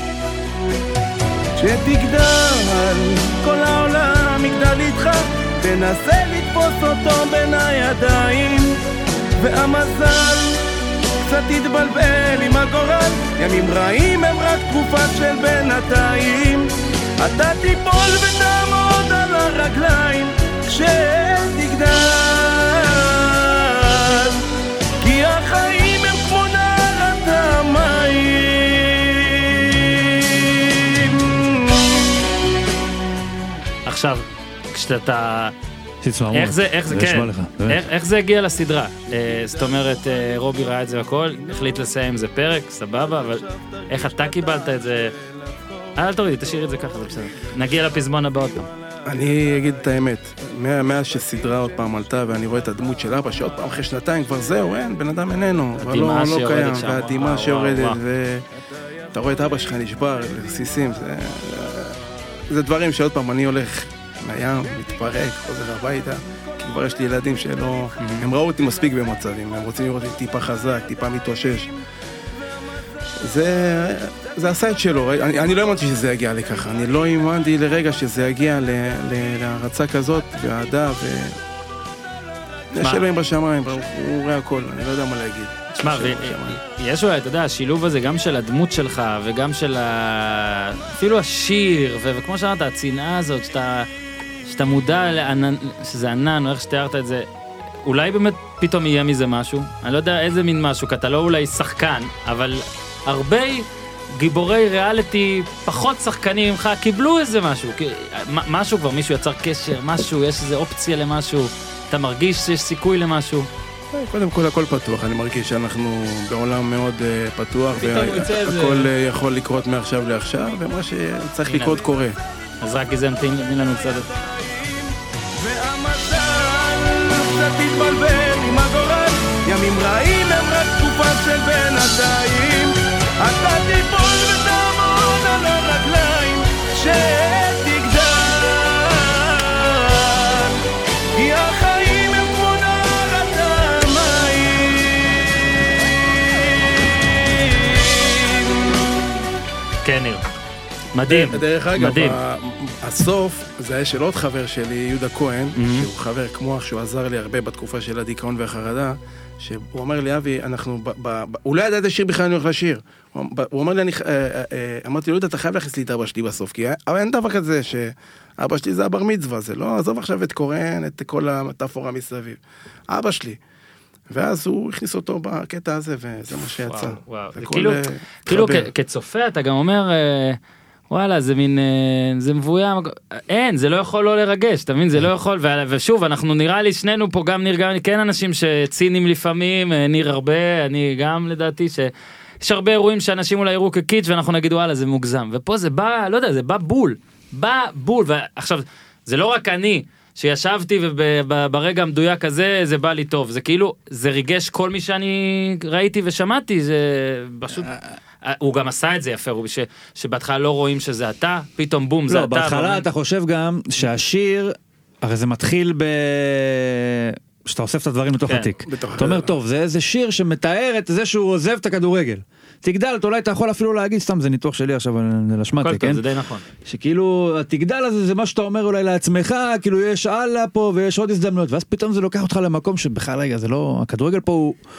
שתגדל, כל העולם יגדל איתך, תנסה לתפוס אותו בין הידיים, והמזל קצת תתבלבל עם הגורל, ימים רעים הם רק תקופה של בינתיים, אתה תיפול ותעמוד על הרגליים כשתגדל, כי החיים הם כמו נערת המים. עכשיו, כשאתה... צמרמורת. איך זה, איך זה, זה כן, נשמע לך, באמת. איך, איך זה הגיע לסדרה? אה, זאת אומרת, אה, רובי ראה את זה הכל, החליט לסיים עם זה פרק, סבבה, אבל איך אתה קיבלת את זה? אל תורידי, תשאיר את זה ככה, זה בסדר. נגיע לפזמון הבא עוד פעם. אני אגיד את האמת, מה- מאז שסדרה עוד פעם עלתה ואני רואה את הדמות של אבא שעוד פעם אחרי שנתיים כבר זהו, אין, בן אדם איננו, כבר הדמעה לא, לא שיורדת קיים, שם, והדמעה וואו, שיורדת, וואו. ואתה רואה את אבא שלך נשבר, רסיסים, זה... זה דברים שעוד פעם אני הולך לים, מתפרק, חוזר הביתה, כי כבר יש לי ילדים שלא... הם ראו אותי מספיק במצבים, הם רוצים לראות אותי טיפה חזק, טיפה מתאושש. זה, זה עשה את שלו, אני, אני לא האמנתי שזה יגיע לככה, אני לא האמנתי לרגע שזה יגיע ל, ל, להרצה כזאת, ואהדה, ו... יש אלוהים בשמיים, הוא, הוא רואה הכל, אני לא יודע מה להגיד. תשמע, יש אלוהים בשמיים. יש אולי, אתה יודע, השילוב הזה גם של הדמות שלך, וגם של ה... אפילו השיר, ו- וכמו שאמרת, הצנעה הזאת, שאתה, שאתה מודע לענן, שזה ענן, או איך שתיארת את זה, אולי באמת פתאום יהיה מזה משהו, אני לא יודע איזה מין משהו, כי אתה לא אולי שחקן, אבל הרבה גיבורי ריאליטי, פחות שחקנים ממך, קיבלו איזה משהו, כי- מ- משהו כבר, מישהו יצר קשר, משהו, יש איזה אופציה למשהו, אתה מרגיש שיש סיכוי למשהו. קודם כל הכל פתוח, אני מרגיש שאנחנו בעולם מאוד uh, פתוח, פתאום יוצא איזה- והכל uh, יכול לקרות מעכשיו לעכשיו, ומה שצריך הנה. לקרות קורה. אז רק גזם, תן תן לנו קצת. והמזל קצת תתבלבל עם הגורל, ימים רעים הם רק תקופה של בינתיים, אתה תיפול ותעמוד על הרגליים כשתגדל, כי החיים הם כמו נערת המים. כן, ניר. מדהים. דרך אגב, מדהים. ה- הסוף זה היה של עוד חבר שלי, יהודה כהן, שהוא חבר כמו אח, שהוא עזר לי הרבה בתקופה של הדיכאון והחרדה, שהוא אומר לי, אבי, אנחנו, ב- ב- ב- הוא לא ידע איזה שיר בכלל אני הולך לשיר. הוא הוא אומר לי, אני, אה, אה, אה, אמרתי לו, יהודה, אתה חייב להכניס לי את אבא שלי בסוף, כי אבל אין דבר כזה שאבא שלי זה הבר מצווה, זה לא, עזוב עכשיו את קורן, את כל המטאפורה מסביב. אבא שלי. ואז הוא הכניס אותו בקטע הזה, וזה מה שיצא. וואו, וואו. והכל, כאילו, אה, כאילו התחבר. כ- כצופה אתה גם אומר, אה, וואלה, זה מין, אה, זה מבוים, אין, זה לא יכול לא לרגש, אתה מבין? זה לא יכול, ו- ושוב, אנחנו נראה לי שנינו פה, גם ניר, גם אני, כן אנשים שצינים לפעמים, אה, ניר הרבה, אני גם לדעתי ש... יש הרבה אירועים שאנשים אולי יראו כקיץ' ואנחנו נגיד וואלה זה מוגזם, ופה זה בא, לא יודע, זה בא בול, בא בול, ועכשיו, זה לא רק אני שישבתי וברגע המדויק הזה זה בא לי טוב, זה כאילו, זה ריגש כל מי שאני ראיתי ושמעתי, זה פשוט, הוא גם עשה את זה יפה, הוא ש- שבהתחלה לא רואים שזה אתה, פתאום בום, זה לא, אתה. בהתחלה ואומרים- אתה חושב גם שהשיר, הרי זה מתחיל ב... שאתה אוסף את הדברים לתוך כן, התיק. בתוך- אתה אומר, טוב, זה איזה שיר שמתאר את זה שהוא עוזב את הכדורגל. תגדל, אולי אתה יכול אפילו להגיד, סתם זה ניתוח שלי עכשיו, הכל לשמטה, טוב, כן? זה די נכון. שכאילו, התגדל הזה זה מה שאתה אומר אולי לעצמך, כאילו יש הלאה פה ויש עוד הזדמנויות, ואז פתאום זה לוקח אותך למקום שבכלל רגע, זה לא, הכדורגל פה הוא,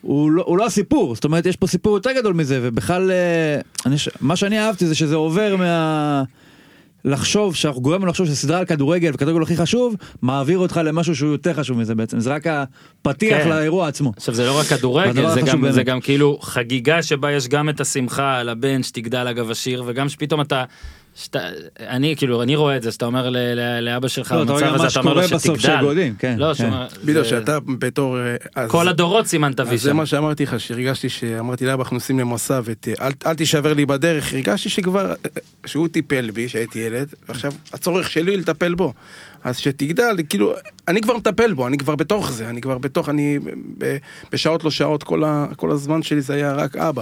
הוא לא, הוא לא הסיפור, זאת אומרת, יש פה סיפור יותר גדול מזה, ובכלל, אני, מה שאני אהבתי זה שזה עובר מה... לחשוב, שאנחנו גורמים לחשוב שסדרה על כדורגל, וכדורגל הכי חשוב, מעביר אותך למשהו שהוא יותר חשוב מזה בעצם, זה רק הפתיח כן. לאירוע עצמו. עכשיו זה לא רק כדורגל, זה גם, זה גם כאילו חגיגה שבה יש גם את השמחה על הבן שתגדל אגב השיר, וגם שפתאום אתה, שאתה, אני כאילו, אני רואה את זה, שאתה אומר ל, ל, לאבא שלך, לא, במצב הזה, אתה אומר לו שתגדל. שגודים, כן, לא, כן. שומע, בדיוק, שאתה בתור... כל הדורות סימנת וי שם. זה מה שאמרתי לך, שהרגשתי שאמרתי לאבא, אנחנו נוסעים למסע, אל תישבר לי בדרך, הרגשתי שכבר, שהוא טיפל בי, שהייתי ילד, ועכשיו הצורך שלי לטפל בו. אז שתגדל, כאילו, אני כבר מטפל בו, אני כבר בתוך זה, אני כבר בתוך, אני בשעות לא שעות, כל הזמן שלי זה היה רק אבא.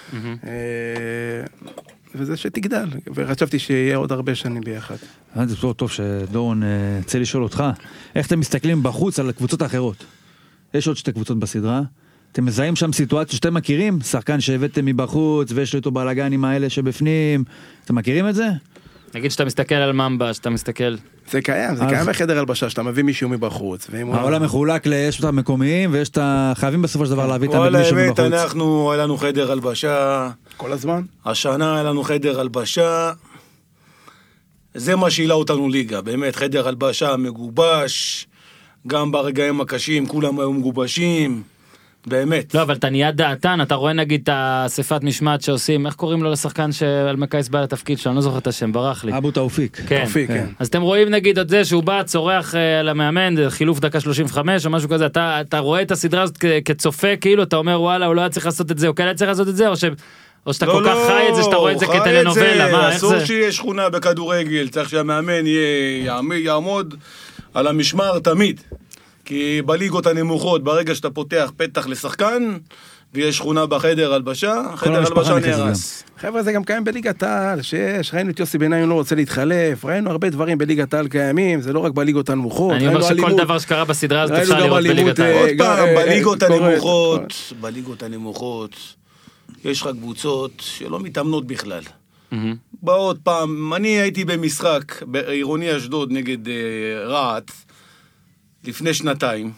וזה שתגדל, וחשבתי שיהיה עוד הרבה שנים ביחד. זה טוב, טוב שדורון רוצה לשאול אותך, איך אתם מסתכלים בחוץ על הקבוצות האחרות? יש עוד שתי קבוצות בסדרה, אתם מזהים שם סיטואציה שאתם מכירים? שחקן שהבאתם מבחוץ, ויש לו איתו בלגנים האלה שבפנים, אתם מכירים את זה? נגיד שאתה מסתכל על ממבה, שאתה מסתכל... זה קיים, זה קיים בחדר הלבשה, שאתה מביא מישהו מבחוץ. העולם מחולק, יש אותם מקומיים, ויש את החייבים בסופו של דבר להביא את מישהו מבחוץ. אנחנו, היה לנו חדר הלבשה. כל הזמן? השנה היה לנו חדר הלבשה. זה מה שהעלה אותנו ליגה, באמת, חדר הלבשה מגובש, גם ברגעים הקשים, כולם היו מגובשים. באמת. לא, אבל אתה נהיה דעתן, אתה רואה נגיד את האספת משמעת שעושים, איך קוראים לו לשחקן שאלמקייס בא לתפקיד שלו, אני לא זוכר את השם, ברח לי. אבו תאופיק. כן. תאופיק, כן. אז אתם רואים נגיד את זה שהוא בא, צורח על המאמן, חילוף דקה שלושים וחמש או משהו כזה, אתה, אתה רואה את הסדרה הזאת כצופה, כאילו אתה אומר וואלה, הוא לא היה צריך לעשות את זה, הוא כן היה צריך לעשות את זה, או, ש... או שאתה לא, כל לא, כך חי את זה, שאתה רואה את זה כטלנובלה, מה, איך זה? אסור שיהיה שכונה בכדורגל, צריך שהמאמן יהיה, יעמוד על המשמר תמיד. כי בליגות הנמוכות, ברגע שאתה פותח פתח לשחקן, ויש שכונה בחדר הלבשה, חדר הלבשה נהרס. חבר'ה, זה גם קיים בליגת העל, שיש, ראינו את יוסי בניון לא רוצה להתחלף, ראינו הרבה דברים בליגת העל קיימים, זה לא רק בליגות הנמוכות. אני אומר שכל דבר שקרה בסדרה הזאת אפשר לראות בליגת העל. עוד פעם, בליגות הנמוכות, בליגות הנמוכות, יש לך קבוצות שלא מתאמנות בכלל. בעוד פעם, אני הייתי במשחק, בעירוני אשדוד נגד רעת, לפני שנתיים,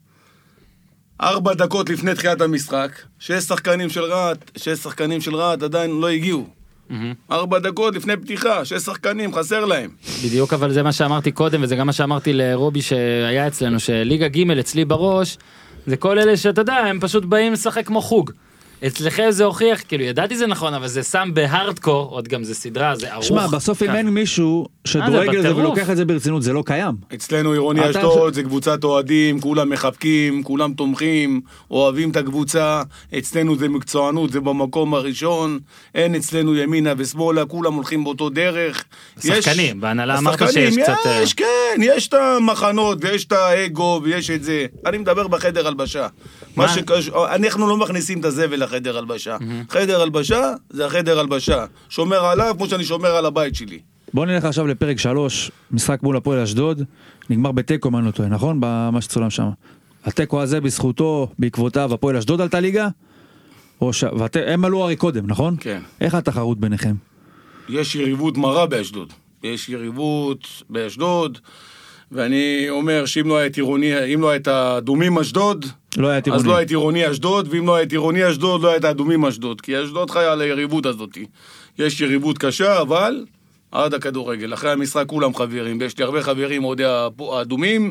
ארבע דקות לפני תחילת המשחק, שש שחקנים של רעת, שש שחקנים של רעת עדיין לא הגיעו. ארבע דקות לפני פתיחה, שש שחקנים, חסר להם. בדיוק, אבל זה מה שאמרתי קודם, וזה גם מה שאמרתי לרובי שהיה אצלנו, שליגה ג' אצלי בראש, זה כל אלה שאתה יודע, הם פשוט באים לשחק כמו חוג. אצלכם זה הוכיח, כאילו ידעתי זה נכון, אבל זה שם בהארדקור, עוד גם זה סדרה, זה ארוך. שמע, בסוף אם אין מישהו שדואג לזה ולוקח את זה ברצינות, זה לא קיים. אצלנו עירוני אשדוד, זה קבוצת אוהדים, כולם מחבקים, כולם תומכים, אוהבים את הקבוצה, אצלנו זה מקצוענות, זה במקום הראשון, אין אצלנו ימינה ושמאלה, כולם הולכים באותו דרך. שחקנים, בהנהלה אמרת שיש קצת... יש, כן, יש את המחנות, ויש את האגו, ויש את זה. אני מדבר בחדר הלבשה. מה שקש... אנחנו לא מכניסים את הזבל לחדר הלבשה. Mm-hmm. חדר הלבשה זה החדר הלבשה. שומר עליו כמו שאני שומר על הבית שלי. בוא נלך עכשיו לפרק שלוש, משחק מול הפועל אשדוד, נגמר בטקו, מה אני לא טועה, נכון? במה שצולם שם. הטקו הזה בזכותו, בעקבותיו, הפועל אשדוד עלתה ליגה? או ש... ואת... הם עלו הרי קודם, נכון? כן. איך התחרות ביניכם? יש יריבות מרה באשדוד. יש יריבות באשדוד, ואני אומר שאם לא היה עירוני, אם לא היה את הדומים אשדוד, לא היה אז לא היה עירוני אשדוד, ואם לא היה עירוני אשדוד, לא היה את הדומים אשדוד, כי אשדוד חיה על היריבות הזאת. יש יריבות קשה, אבל עד הכדורגל. אחרי המשחק כולם חברים, ויש לי הרבה חברים עוד האדומים.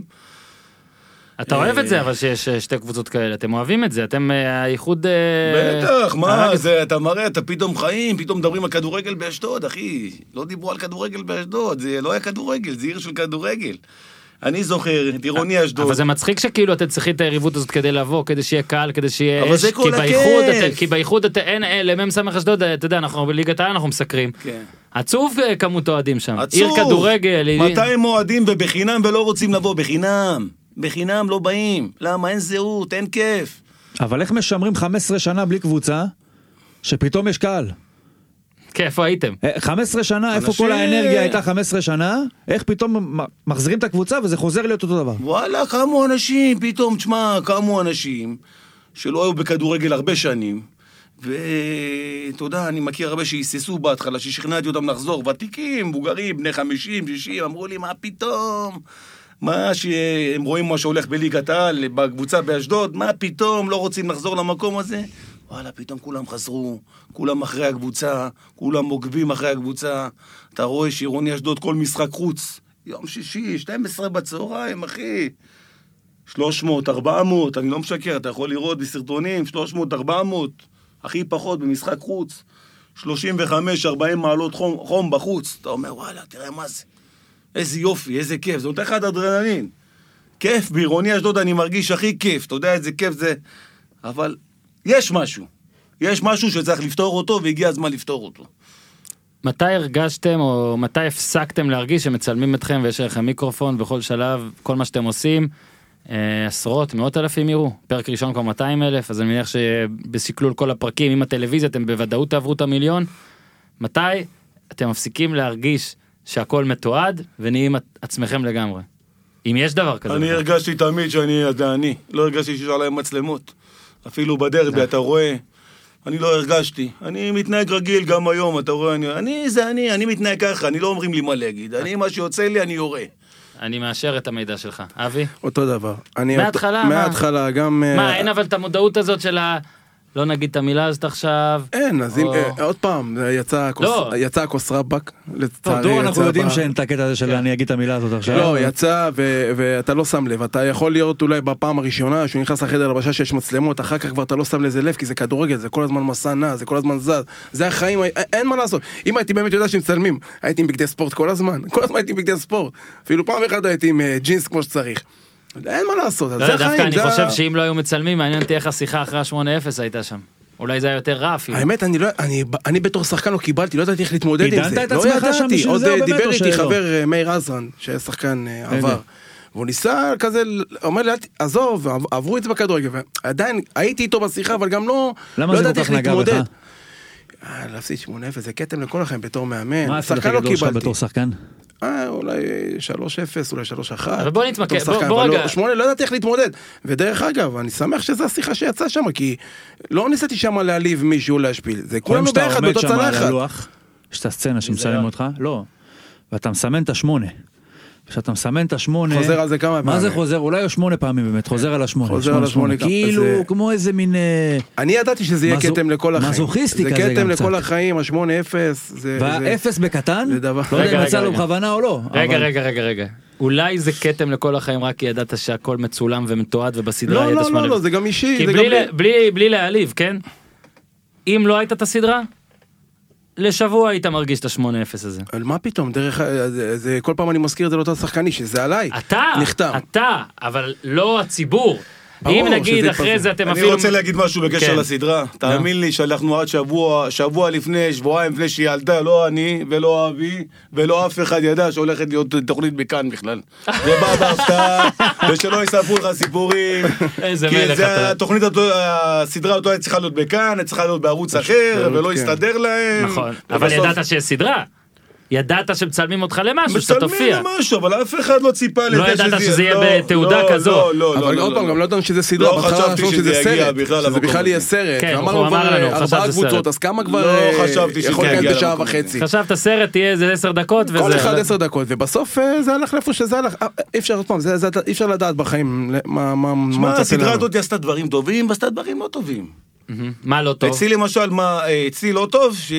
אתה אוהב את זה, אבל שיש שתי קבוצות כאלה, אתם אוהבים את זה, אתם הייחוד... בטח, מה זה, אתה מראה, אתה פתאום חיים, פתאום מדברים על כדורגל באשדוד, אחי. לא דיברו על כדורגל באשדוד, זה לא היה כדורגל, זה עיר של כדורגל. אני זוכר, את עירוני אשדוד. אבל זה מצחיק שכאילו אתם צריכים את היריבות הזאת כדי לבוא, כדי שיהיה קל, כדי שיהיה... אבל זה כל הכיף. כי באיחוד אין, למם סמך אשדוד, אתה יודע, אנחנו בליגת העל אנחנו מסקרים. עצוב כמות אוהדים שם. עיר כדורגל. מאתיים אוהדים ובחינם ולא רוצים לבוא, בחינם. בחינם לא באים. למה? אין זהות, אין כיף. אבל איך משמרים חמש עשרה שנה בלי קבוצה, שפתאום יש קהל? כן, איפה הייתם? חמש עשרה שנה, איפה כל האנרגיה הייתה חמש עשרה שנה, איך פתאום מחזירים את הקבוצה וזה חוזר להיות אותו דבר? וואלה, קמו אנשים, פתאום, תשמע, קמו אנשים שלא היו בכדורגל הרבה שנים, ואתה יודע, אני מכיר הרבה שהיססו בהתחלה, ששכנעתי אותם לחזור, ותיקים, בוגרים, בני חמישים, שישים, אמרו לי, מה פתאום? מה שהם רואים מה שהולך בליגת העל, בקבוצה באשדוד, מה פתאום לא רוצים לחזור למקום הזה? וואלה, פתאום כולם חזרו, כולם אחרי הקבוצה, כולם עוקבים אחרי הקבוצה. אתה רואה שעירוני אשדוד כל משחק חוץ, יום שישי, שתים עשרה בצהריים, אחי. שלוש מאות, ארבע מאות, אני לא משקר, אתה יכול לראות בסרטונים, שלוש מאות, ארבע מאות, הכי פחות במשחק חוץ. שלושים וחמש ארבעים מעלות חום, חום בחוץ. אתה אומר, וואלה, תראה מה זה. איזה יופי, איזה כיף. זה נותן לך אדרנלין. כיף, בעירוני אשדוד אני מרגיש הכי כיף. אתה יודע איזה כיף זה. אבל יש משהו. יש משהו שצריך לפתור אותו, והגיע הזמן לפתור אותו. מתי הרגשתם, או מתי הפסקתם להרגיש שמצלמים אתכם, ויש לכם מיקרופון בכל שלב, כל מה שאתם עושים, עשרות, מאות אלפים יראו, פרק ראשון כבר מאתיים אלף, אז אני מניח שבסקלול כל הפרקים עם הטלוויזיה אתם בוודאות תעברו את המיליון. מתי אתם מפסיקים להרגיש שהכל מתועד ונהיים עצמכם לגמרי? אם יש דבר כזה. אני הרגשתי תמיד שאני עדיין, לא הרגשתי שיש עליהם מצלמות. אפילו בדרבי אתה רואה, אני לא הרגשתי. אני מתנהג רגיל גם היום, אתה רואה, אני, אני זה אני, אני מתנהג ככה, אני לא אומרים לי מה להגיד. אני, מה שיוצא לי, אני יורה. אני מאשר את המידע שלך. אבי? אותו דבר. מההתחלה? מההתחלה, גם... מה, אין אבל את המודעות הזאת של ה... לא נגיד את המילה הזאת עכשיו. אין, אז אם... עוד פעם, יצא הכוס רבק. דור, אנחנו יודעים שאין את הקטע הזה של אני אגיד את המילה הזאת עכשיו. לא, יצא, ואתה לא שם לב. אתה יכול להיות אולי בפעם הראשונה, שהוא נכנס לחדר לבשה שיש מצלמות, אחר כך כבר אתה לא שם לזה לב, כי זה כדורגל, זה כל הזמן מסע נע, זה כל הזמן זז. זה החיים, אין מה לעשות. אם הייתי באמת יודע שמצלמים, הייתי עם בגדי ספורט כל הזמן. כל הזמן הייתי עם בגדי ספורט. אפילו פעם אחת הייתי עם ג'ינס כמו שצריך. אין מה לעשות, זה החיים. דווקא אני חושב שאם לא היו מצלמים, מעניין אותי איך השיחה אחרי שמונה אפס הייתה שם. אולי זה היה יותר רע אפילו. האמת, אני בתור שחקן לא קיבלתי, לא ידעתי איך להתמודד עם זה. עידנת את עצמך שם בשביל זה או באמת או דיבר איתי שלא? חבר מאיר עזרן, שהיה שחקן עבר. והוא ניסה כזה, אומר לי, עזוב, עברו את זה בכדורגל. ועדיין הייתי איתו בשיחה, אבל גם לא ידעתי איך להתמודד. להפסיד שמונה אפס, זה קטם לכל החיים בתור מאמן. מה עשית גדול שלך בתור שחקן? אה, אולי שלוש אפס, אולי שלוש אחת. אבל בוא נתמקד, בוא רגע. שמונה, לא ידעתי איך להתמודד. ודרך אגב, אני שמח שזו השיחה שיצאה שם, כי לא ניסיתי שם להעליב מישהו להשפיל. זה כולנו ביחד באותו צלחת. יש את הסצנה שמצלם אותך? לא. ואתה מסמן את השמונה. כשאתה מסמן את השמונה... חוזר על זה כמה פעמים. מה זה חוזר? אולי שמונה פעמים באמת, חוזר על השמונה. חוזר על השמונה. כאילו, כמו איזה מין... אני ידעתי שזה יהיה קטם לכל החיים. מזוכיסטי כזה גם קצת. זה קטם לכל החיים, השמונה אפס. והאפס בקטן? לא יודע אם יצא לו בכוונה או לא. רגע, רגע, רגע, רגע. אולי זה קטם לכל החיים רק כי ידעת שהכל מצולם ומתועד ובסדרה ידע שמונה... לא, לא, לא, זה גם אישי. כי בלי להעליב, כן? אם לא הייתה את הסדרה... לשבוע היית מרגיש את ה-שמונה אפס הזה. על מה פתאום? דרך, זה, כל פעם אני מזכיר את זה לאותו שחקני, שזה עליי. אתה, נחתם. אתה, אבל לא הציבור. אם נגיד אחרי זה אתם אפילו... אני רוצה להגיד משהו בקשר לסדרה. תאמין לי שהלכנו עד שבוע, שבוע לפני, שבועיים לפני שהיא ילדה, לא אני ולא אבי, ולא אף אחד ידע שהולכת להיות תוכנית בכאן בכלל. זה בא בהפתעה, ושלא יספרו לך סיפורים. איזה מלך אתה. כי זה התוכנית, הסדרה אותו צריכה להיות בכאן, צריכה להיות בערוץ אחר, ולא יסתדר להם. נכון, אבל ידעת שיש סדרה. ידעת שמצלמים אותך למשהו, שאתה תופיע. מצלמים למשהו, אבל אף אחד לא ציפה לזה לא ידעת שזה יהיה בתעודה כזו. לא, לא, לא. אבל עוד פעם, גם לא ידענו שזה סדרה. לא חשבתי שזה יגיע בכלל. שזה בכלל יהיה סרט. כן, הוא אמר לנו, חשבת סרט. אז כמה כבר... לא חשבתי שזה יגיע בשעה וחצי. חשבת סרט תהיה איזה עשר דקות וזה... כל אחד עשר דקות, ובסוף זה הלך לאיפה שזה הלך. אי אפשר, עוד פעם, אי אפשר לדעת בחיים מה הסדרה הזאת עשתה דברים טובים, ועשתה דברים לא טובים. מה לא טוב? אצלי למשל, מה אצלי לא טוב, ש...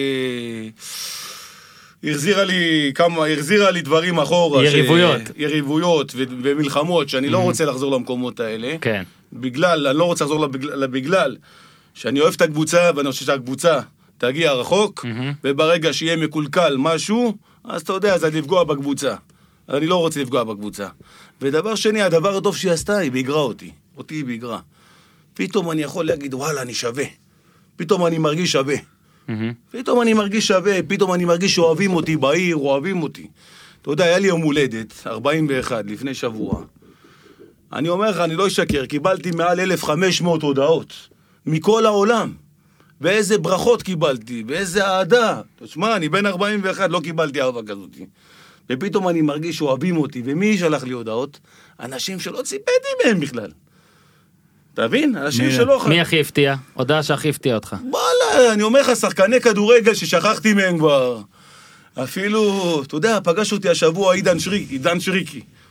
החזירה לי כמה, החזירה לי דברים אחורה. יריבויות. ש... יריבויות ו... ומלחמות, שאני לא רוצה לחזור למקומות האלה. כן. בגלל, אני לא רוצה לחזור לבגלל, בגלל שאני אוהב את הקבוצה, ואני חושב שהקבוצה תגיע רחוק, וברגע שיהיה מקולקל משהו, אז אתה יודע, זה לפגוע בקבוצה. אני לא רוצה לפגוע בקבוצה. ודבר שני, הדבר הטוב שהיא עשתה, היא ביגרה אותי. אותי היא ביגרה. פתאום אני יכול להגיד, וואלה, אני שווה. פתאום אני מרגיש שווה. פתאום אני מרגיש שווה, פתאום אני מרגיש שאוהבים אותי בעיר, אוהבים אותי. אתה יודע, היה לי יום הולדת, ארבעים ואחת, לפני שבוע. אני אומר לך, אני לא אשקר, קיבלתי מעל אלף וחמש מאות הודעות, מכל העולם. ואיזה ברכות קיבלתי, ואיזה אהדה. תשמע, אני בין ארבעים ואחת, לא קיבלתי אהבה כזאת. ופתאום אני מרגיש שאוהבים אותי, ומי שלח לי הודעות? אנשים שלא ציפיתי מהם בכלל. תבין? אנשים שלא... מי הכי הפתיע? הודעה שהכי הפתיע אותך. וואלה, אני אומר לך, שחקני כדורגל ששכחתי מהם כבר. אפילו, אתה יודע, פגש אותי השבוע עידן שריקי, עידן שריקי.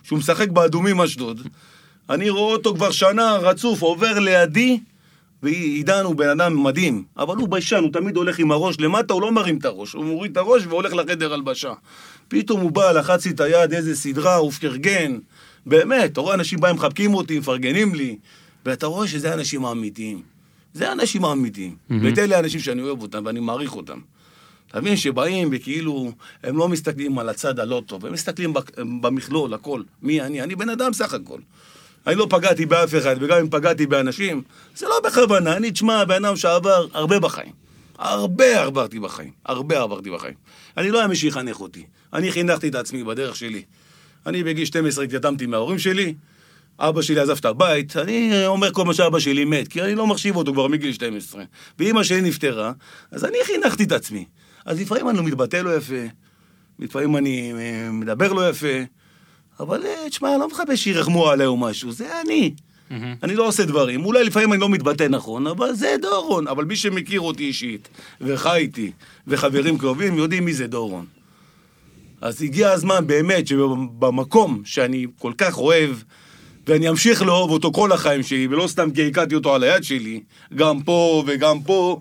שהוא משחק באדומים אשדוד, אני רואה אותו כבר שנה רצוף, עובר לידי, ועידן הוא בן אדם מדהים, אבל הוא ביישן, הוא תמיד הולך עם הראש למטה, הוא לא מרים את הראש, הוא מוריד את הראש והולך לחדר הלבשה. פתאום הוא בא, לחץ לי את היד, איזה סדרה, הוא פרגן, באמת, אתה רואה אנשים באים, מחבקים אותי, מפרגנים לי, ואתה רואה שזה האנשים האמיתיים. זה האנשים האמיתיים. Mm-hmm. ואת אלה האנשים שאני אוהב אותם, ואני מעריך אותם. אתה מבין שבאים וכאילו, הם לא מסתכלים על הצד הלא טוב, הם מסתכלים במכלול, הכל. מי אני? אני בן אדם סך הכל. אני לא פגעתי באף אחד, וגם אם פגעתי באנשים, זה לא בכוונה, אני תשמע, בן אדם שעבר הרבה בחיים. הרבה עברתי בחיים. הרבה עברתי בחיים. אני לא היה מי שיחנך אותי. אני חינכתי את עצמי בדרך שלי. אני בגיל שתים עשרה התייתמתי מההורים שלי, אבא שלי עזב את הבית, אני אומר כל מה שאבא שלי מת, כי אני לא מחשיב אותו כבר מגיל שתים עשרה. ואמא שלי נפטרה, אז אני חינכתי את עצמי. אז לפעמים אני לא מתבטא לא יפה, לפעמים אני מדבר לא יפה, אבל תשמע, אני לא מחפש שירחמו עליי או משהו, זה אני. Mm-hmm. אני לא עושה דברים, אולי לפעמים אני לא מתבטא נכון, אבל זה דורון. אבל מי שמכיר אותי אישית, וחי איתי, וחברים קרובים, יודעים מי זה דורון. אז הגיע הזמן באמת שבמקום שאני כל כך אוהב, ואני אמשיך לאהוב אותו כל החיים שלי, ולא סתם כי הקעתי אותו על היד שלי, גם פה וגם פה,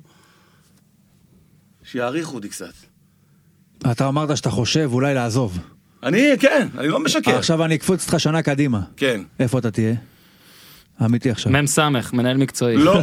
שיעריכו אותי קצת. אתה אמרת שאתה חושב אולי לעזוב. אני, כן, אני לא משקר. עכשיו אני אקפוץ אותך שנה קדימה. כן. איפה אתה תהיה? אמיתי עכשיו. מם סמך, מנהל מקצועי. לא.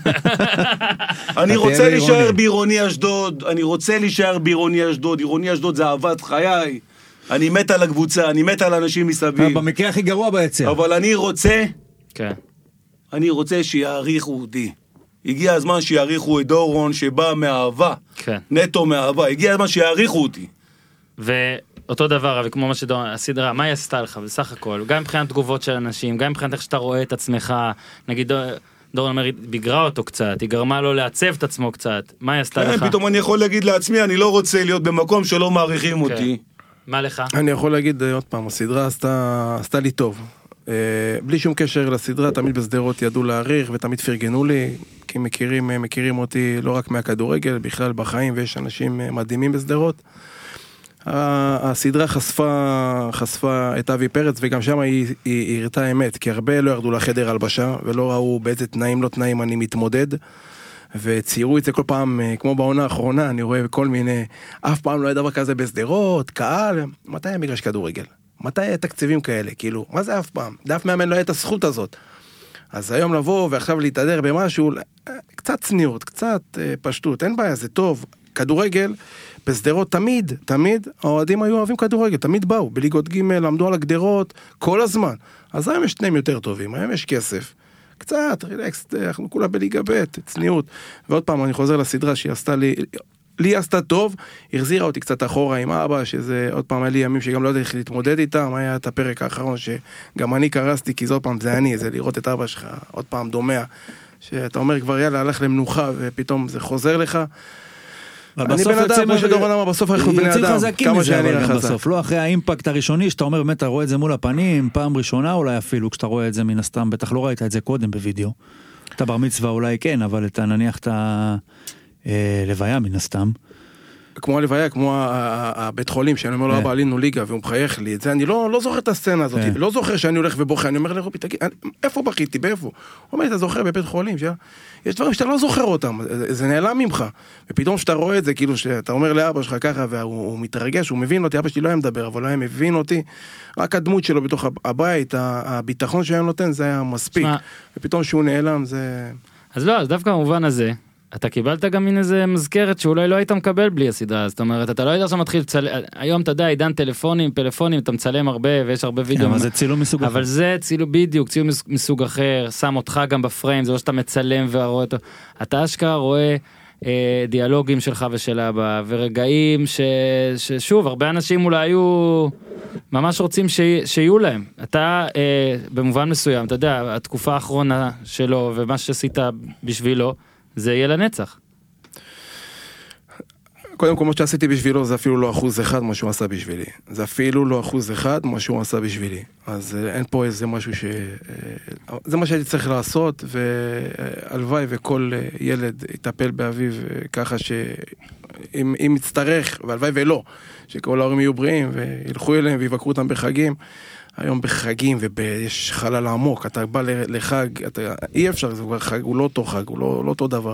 אני רוצה להישאר בעירוני אשדוד, אני רוצה להישאר בעירוני אשדוד, עירוני אשדוד זה אהבת חיי. אני מת על הקבוצה, אני מת על אנשים מסביב. במקרה הכי גרוע בעצם. אבל אני רוצה, כן. אני רוצה שיעריכו אותי. הגיע הזמן שיעריכו את דורון שבא מאהבה. כן. נטו מאהבה. הגיע הזמן שיעריכו אותי. ואותו דבר, וכמו מה שדורון, הסדרה, מה היא עשתה לך בסך הכל? גם מבחינת תגובות של אנשים, גם מבחינת איך שאתה רואה את עצמך, נגיד דורון אומר, ביגרה אותו קצת, היא גרמה לו לעצב את עצמו קצת. מה היא עשתה לך? כן, פתאום אני יכול להגיד לעצמי, אני לא רוצה להיות במקום שלא מעריכים אותי. מה לך? אני יכול להגיד עוד פעם, הסדרה עשתה, עשתה לי טוב. בלי שום קשר לסדרה, תמיד בסדרות ידעו להעריך ותמיד פרגנו לי, כי מכירים, מכירים אותי לא רק מהכדורגל, בכלל בחיים, ויש אנשים מדהימים בסדרות. הסדרה חשפה, חשפה את אבי פרץ, וגם שם היא, היא הראתה אמת, כי הרבה לא ירדו לחדר הלבשה, ולא ראו באיזה תנאים לא תנאים אני מתמודד, וציירו את זה כל פעם, כמו בעונה האחרונה, אני רואה כל מיני, אף פעם לא היה דבר כזה בסדרות, קהל, מתי היה מגרש כדורגל? מתי היה תקציבים כאלה? כאילו, מה זה אף פעם? דף מאמן לא היה את הזכות הזאת. אז היום לבוא ועכשיו להתהדר במשהו, קצת צניעות, קצת פשטות, אין בעיה, זה טוב. כדורגל, בסדרות תמיד, תמיד, האוהדים היו אוהבים כדורגל, תמיד באו, בליגות ג' למדו על הגדרות, כל הזמן. אז היום יש תנאים יותר טובים, היום יש כסף. קצת, רילקס, אנחנו כולה בליגה ב', צניעות. ועוד פעם, אני חוזר לסדרה שהיא עשתה לי, לי עשתה טוב, החזירה אותי קצת אחורה עם אבא, שזה עוד פעם היה לי ימים שגם לא ידעתי איך להתמודד איתם, היה את הפרק האחרון שגם אני קרסתי, כי זה עוד פעם זה אני, זה לראות את אבא שלך עוד פעם דומע, שאתה אומר כבר יאללה, הלך למנוחה, ופתאום זה חוזר לך. אני בן אדם, כמו שדורון אמר, בסוף אנחנו בני אדם, כמה שאני בסוף, לא אחרי האימפקט הראשוני, שאתה אומר, באמת, אתה רואה את זה מול הפנים, פעם ראשונה אולי אפילו, כשאתה רואה את זה מן הסתם, בטח לא ראית את זה קודם בווידאו, אתה בר מצווה אולי כן, אבל אתה נניח את הלוויה מן הסתם. כמו הלוויה, כמו הבית חולים, שאני אומר לו, אבא, עלינו ליגה, והוא מחייך לי את זה, אני לא זוכר את הסצנה הזאת, לא זוכר שאני הולך ובוכה, אני אומר לרובי, תגיד, איפה בכיתי, באיפה? הוא אומר, אתה זוכר בבית חולים, יש דברים שאתה לא זוכר אותם, זה נעלם ממך, ופתאום שאתה רואה את זה, כאילו שאתה אומר לאבא שלך ככה, והוא מתרגש, הוא מבין אותי, אבא שלי לא היה מדבר, אבל לא היה מבין אותי, רק הדמות שלו בתוך הבית, הביטחון שהיה נותן, זה היה מספיק, ופתאום שהוא נעלם, זה... אז לא, אז דווקא במובן הזה, אתה קיבלת גם מין איזה מזכרת שאולי לא היית מקבל בלי הסדרה, זאת אומרת, אתה לא יודע עכשיו מתחיל לצלם, היום אתה יודע, עידן טלפונים, פלאפונים, אתה מצלם הרבה ויש הרבה וידאו. אבל זה צילום מסוג אחר. אבל זה צילום, בדיוק, צילום מסוג אחר, שם אותך גם בפריים, זה לא שאתה מצלם ורואה אותו. אתה אשכרה רואה אה, דיאלוגים שלך ושל אבא, ורגעים ש, ששוב, הרבה אנשים אולי היו ממש רוצים ש, שיהיו להם. אתה אה, במובן מסוים, אתה יודע, התקופה האחרונה שלו ומה שעשית בשבילו, זה יהיה לנצח. קודם כל, מה שעשיתי בשבילו זה אפילו לא אחוז אחד מה שהוא עשה בשבילי. זה אפילו לא אחוז אחד מה שהוא עשה בשבילי. אז אין פה איזה משהו ש... זה מה שהייתי צריך לעשות, והלוואי וכל ילד יטפל באביו ככה שאם אם יצטרך, והלוואי ולא, שכל ההורים יהיו בריאים וילכו אליהם ויבקרו אותם בחגים. היום בחגים ויש חלל עמוק, אתה בא לחג, אתה... אי אפשר, זה כבר חג, הוא לא אותו חג, הוא לא, לא אותו דבר.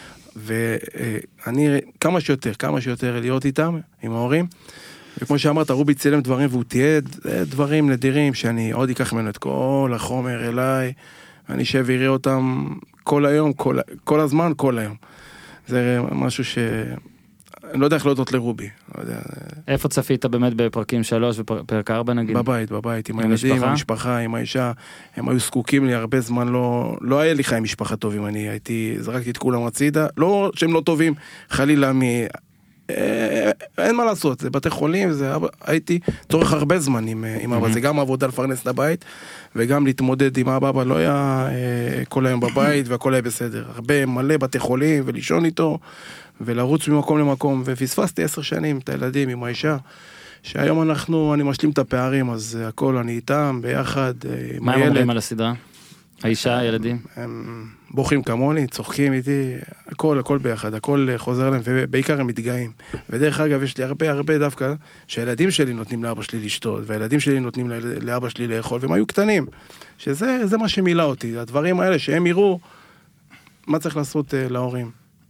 ואני כמה שיותר, כמה שיותר להיות איתם, עם ההורים, וכמו שאמרת, רובי צילם דברים והוא תיעד דברים נדירים שאני עוד אקח ממנו את כל החומר אליי, אני אשב ויראה אותם כל היום, כל, כל הזמן, כל היום. זה משהו ש... אני לא יודע איך להודות לרובי. איפה צפית באמת בפרקים שלוש ופרק ארבע נגיד? בבית, בבית, עם הילדים, עם המשפחה, עם האישה. הם היו זקוקים לי הרבה זמן, לא, לא היה לי חיים משפחה טובים, אני הייתי, זרקתי את כולם הצידה, לא שהם לא טובים, חלילה מ... אין מה לעשות, זה בתי חולים, זה... הייתי צורך הרבה זמן עם, עם אבא, זה גם עבודה לפרנס לבית, וגם להתמודד עם אבא, אבא לא היה כל היום בבית, והכל היה בסדר. הרבה מלא בתי חולים, ולישון איתו, ולרוץ ממקום למקום, ופספסתי עשר שנים את הילדים עם האישה, שהיום אנחנו, אני משלים את הפערים, אז הכל אני איתם, ביחד, עם מה הם אומרים על הסדרה? האישה, הילדים? הם בוכים כמוני, צוחקים איתי, הכל, הכל ביחד, הכל חוזר להם, ובעיקר הם מתגאים. ודרך אגב, יש לי הרבה, הרבה דווקא, שהילדים שלי נותנים לאבא שלי לשתות, והילדים שלי נותנים לאבא שלי לאכול, והם היו קטנים, שזה זה מה שמילא אותי, הדברים האלה שהם יראו מה צריך לעשות להורים.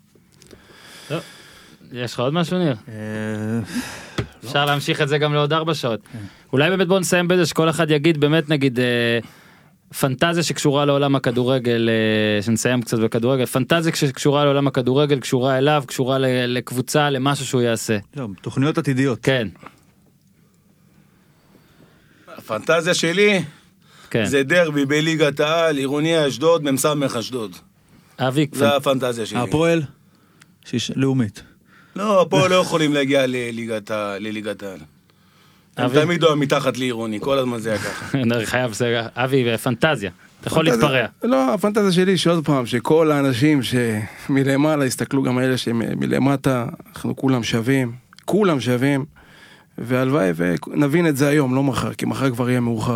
יש לך עוד משהו, ניר? אפשר להמשיך את זה גם לעוד ארבע שעות. אולי באמת בוא נסיים בזה שכל אחד יגיד באמת נגיד פנטזיה שקשורה לעולם הכדורגל, שנסיים קצת בכדורגל, פנטזיה שקשורה לעולם הכדורגל, קשורה אליו, קשורה לקבוצה, למשהו שהוא יעשה. תוכניות עתידיות. כן. הפנטזיה שלי זה דרבי בליגת העל, עירוני אשדוד, ממסמך אשדוד. אבי, זה הפנטזיה שלי. הפועל? לאומית. לא, הפועל לא יכולים להגיע לליגת העל. הם תמיד לא מתחת לעירוני, כל הזמן זה היה ככה. אני חייב, אבי, פנטזיה. אתה יכול להתפרע. לא, הפנטזיה שלי שעוד פעם, שכל האנשים שמלמעלה, הסתכלו גם האלה שמלמטה, אנחנו כולם שווים, כולם שווים, והלוואי ונבין את זה היום, לא מחר, כי מחר כבר יהיה מאוחר.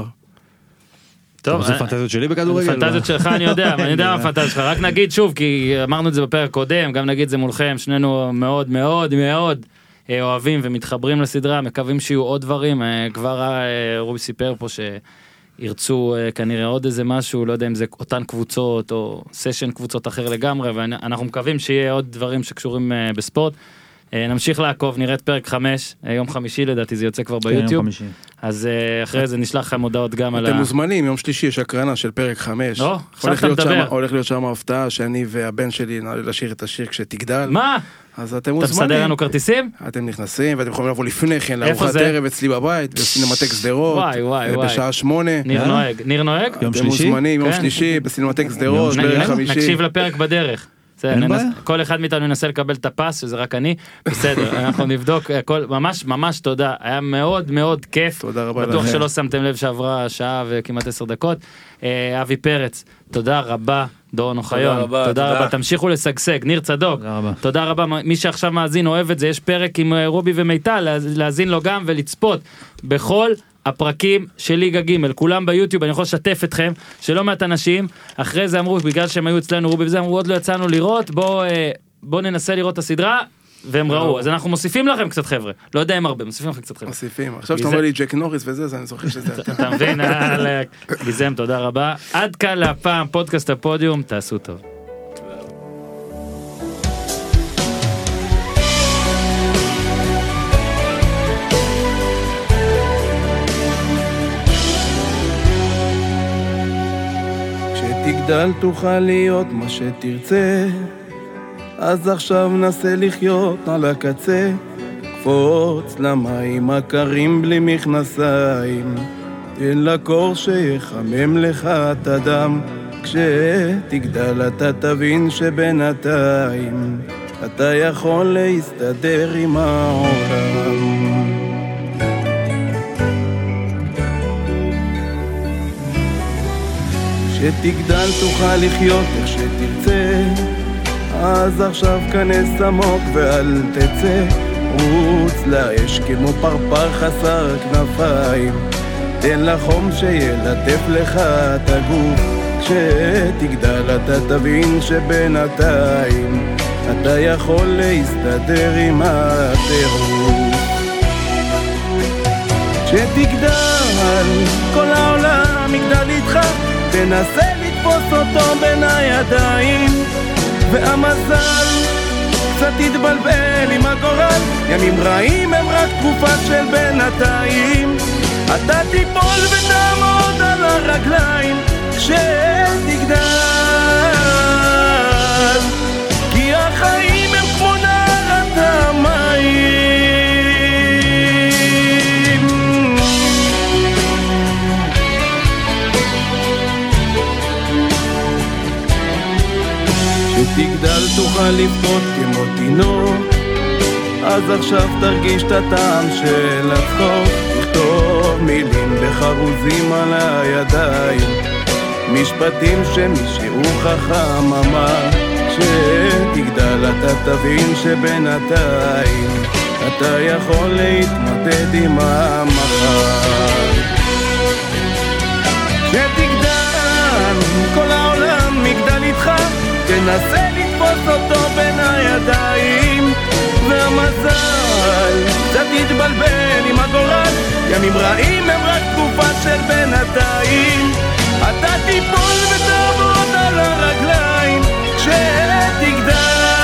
טוב, זה פנטזיות שלי בכדורגל? פנטזיות שלך אני יודע, אני יודע מה פנטזיות שלך, רק נגיד שוב, כי אמרנו את זה בפרק קודם, גם נגיד זה מולכם, שנינו מאוד מאוד מאוד אוהבים ומתחברים לסדרה, מקווים שיהיו עוד דברים, כבר רובי סיפר פה שירצו כנראה עוד איזה משהו, לא יודע אם זה אותן קבוצות או סשן קבוצות אחר לגמרי, ואנחנו מקווים שיהיה עוד דברים שקשורים בספורט. נמשיך לעקוב, נראה את פרק חמש, יום חמישי לדעתי, זה יוצא כבר ביוטיוב, אז אחרי זה נשלח לכם הודעות גם על ה... אתם מוזמנים, יום שלישי יש הקרנה של פרק חמש, הולך להיות שם ההפתעה שאני והבן שלי לשיר את השיר כשתגדל. מה? אז אתם מוזמנים. אתה מסדר לנו כרטיסים? אתם נכנסים ואתם יכולים לבוא לפני כן לארוחת ערב אצלי בבית, בסינמטק שדרות, בשעה שמונה. ניר נוהג, ניר נוהג? אתם מוזמנים, יום שלישי בסינמטק שדרות, בערך חמישי. נקשיב לפרק בדרך. כל אחד מאיתנו ינסה לקבל את הפס, שזה רק אני, בסדר, אנחנו נבדוק, ממש ממש תודה, היה מאוד מאוד כיף, בטוח שלא שמתם לב שעברה שעה וכמעט עשר דקות. אבי פרץ, תודה רבה, דורון אוחיון, תודה רבה, תמשיכו לשגשג, ניר צדוק, תודה רבה, מי שעכשיו מאזין אוהב את זה, יש פרק עם רובי ומיטל, להאזין לו גם ולצפות בכל הפרקים של ליגה ג' כולם ביוטיוב, אני יכול לשתף אתכם שלא מעט אנשים אחרי זה אמרו, בגלל שהם היו אצלנו רובי וזה, אמרו עוד לא יצאנו לראות, בוא, בוא ננסה לראות את הסדרה, והם ראו, אז אנחנו מוסיפים לכם קצת חבר'ה, לא יודע אם הרבה, מוסיפים לכם קצת חבר'ה. מוסיפים, עכשיו שאתה אומר לי ג'ק נוריס וזה, אז אני זוכר שזה אתה. אתה מבין, גיזם, תודה רבה, עד כאן להפעם, פודקאסט הפודיום, תעשו טוב. תגדל תוכל להיות מה שתרצה, אז עכשיו נסה לחיות על הקצה, קפוץ למים הקרים בלי מכנסיים, תן לקור שיחמם לך את הדם, כשתגדל אתה תבין שבינתיים אתה יכול להסתדר עם העולם. שתגדל תוכל לחיות איך שתרצה, אז עכשיו כנס עמוק ואל תצא, רוץ לאש כמו פרפר חסר כנפיים, תן לחום שילטף לך את הגוף, כשתגדל אתה תבין שבינתיים אתה יכול להסתדר עם הטירוף. כשתגדל כל העולם יגדל איתך, תנסה לתפוס אותו בין הידיים, והמזל קצת תתבלבל עם הגורל, ימים רעים הם רק תקופה של בינתיים, אתה תיפול ותעמוד על הרגליים כשתגדל, כי החיים הם כמו נהרת המים. כשתגדל תוכל לבכות כמו תינוק, אז עכשיו תרגיש את הטעם של הצחוק, תכתוב מילים בחרוזים על הידיים, משפטים שמישהו חכם אמר, כשתגדל אתה תבין שבינתיים אתה יכול להתמודד עם המחר. כשתגדל כל העולם יגדל איתך, תנסה לתפוס אותו בין הידיים, והמזל קצת תתבלבל עם הגורל, ימים רעים הם רק תקופה של בינתיים, אתה תיפול ותעמוד על הרגליים כשתגדל.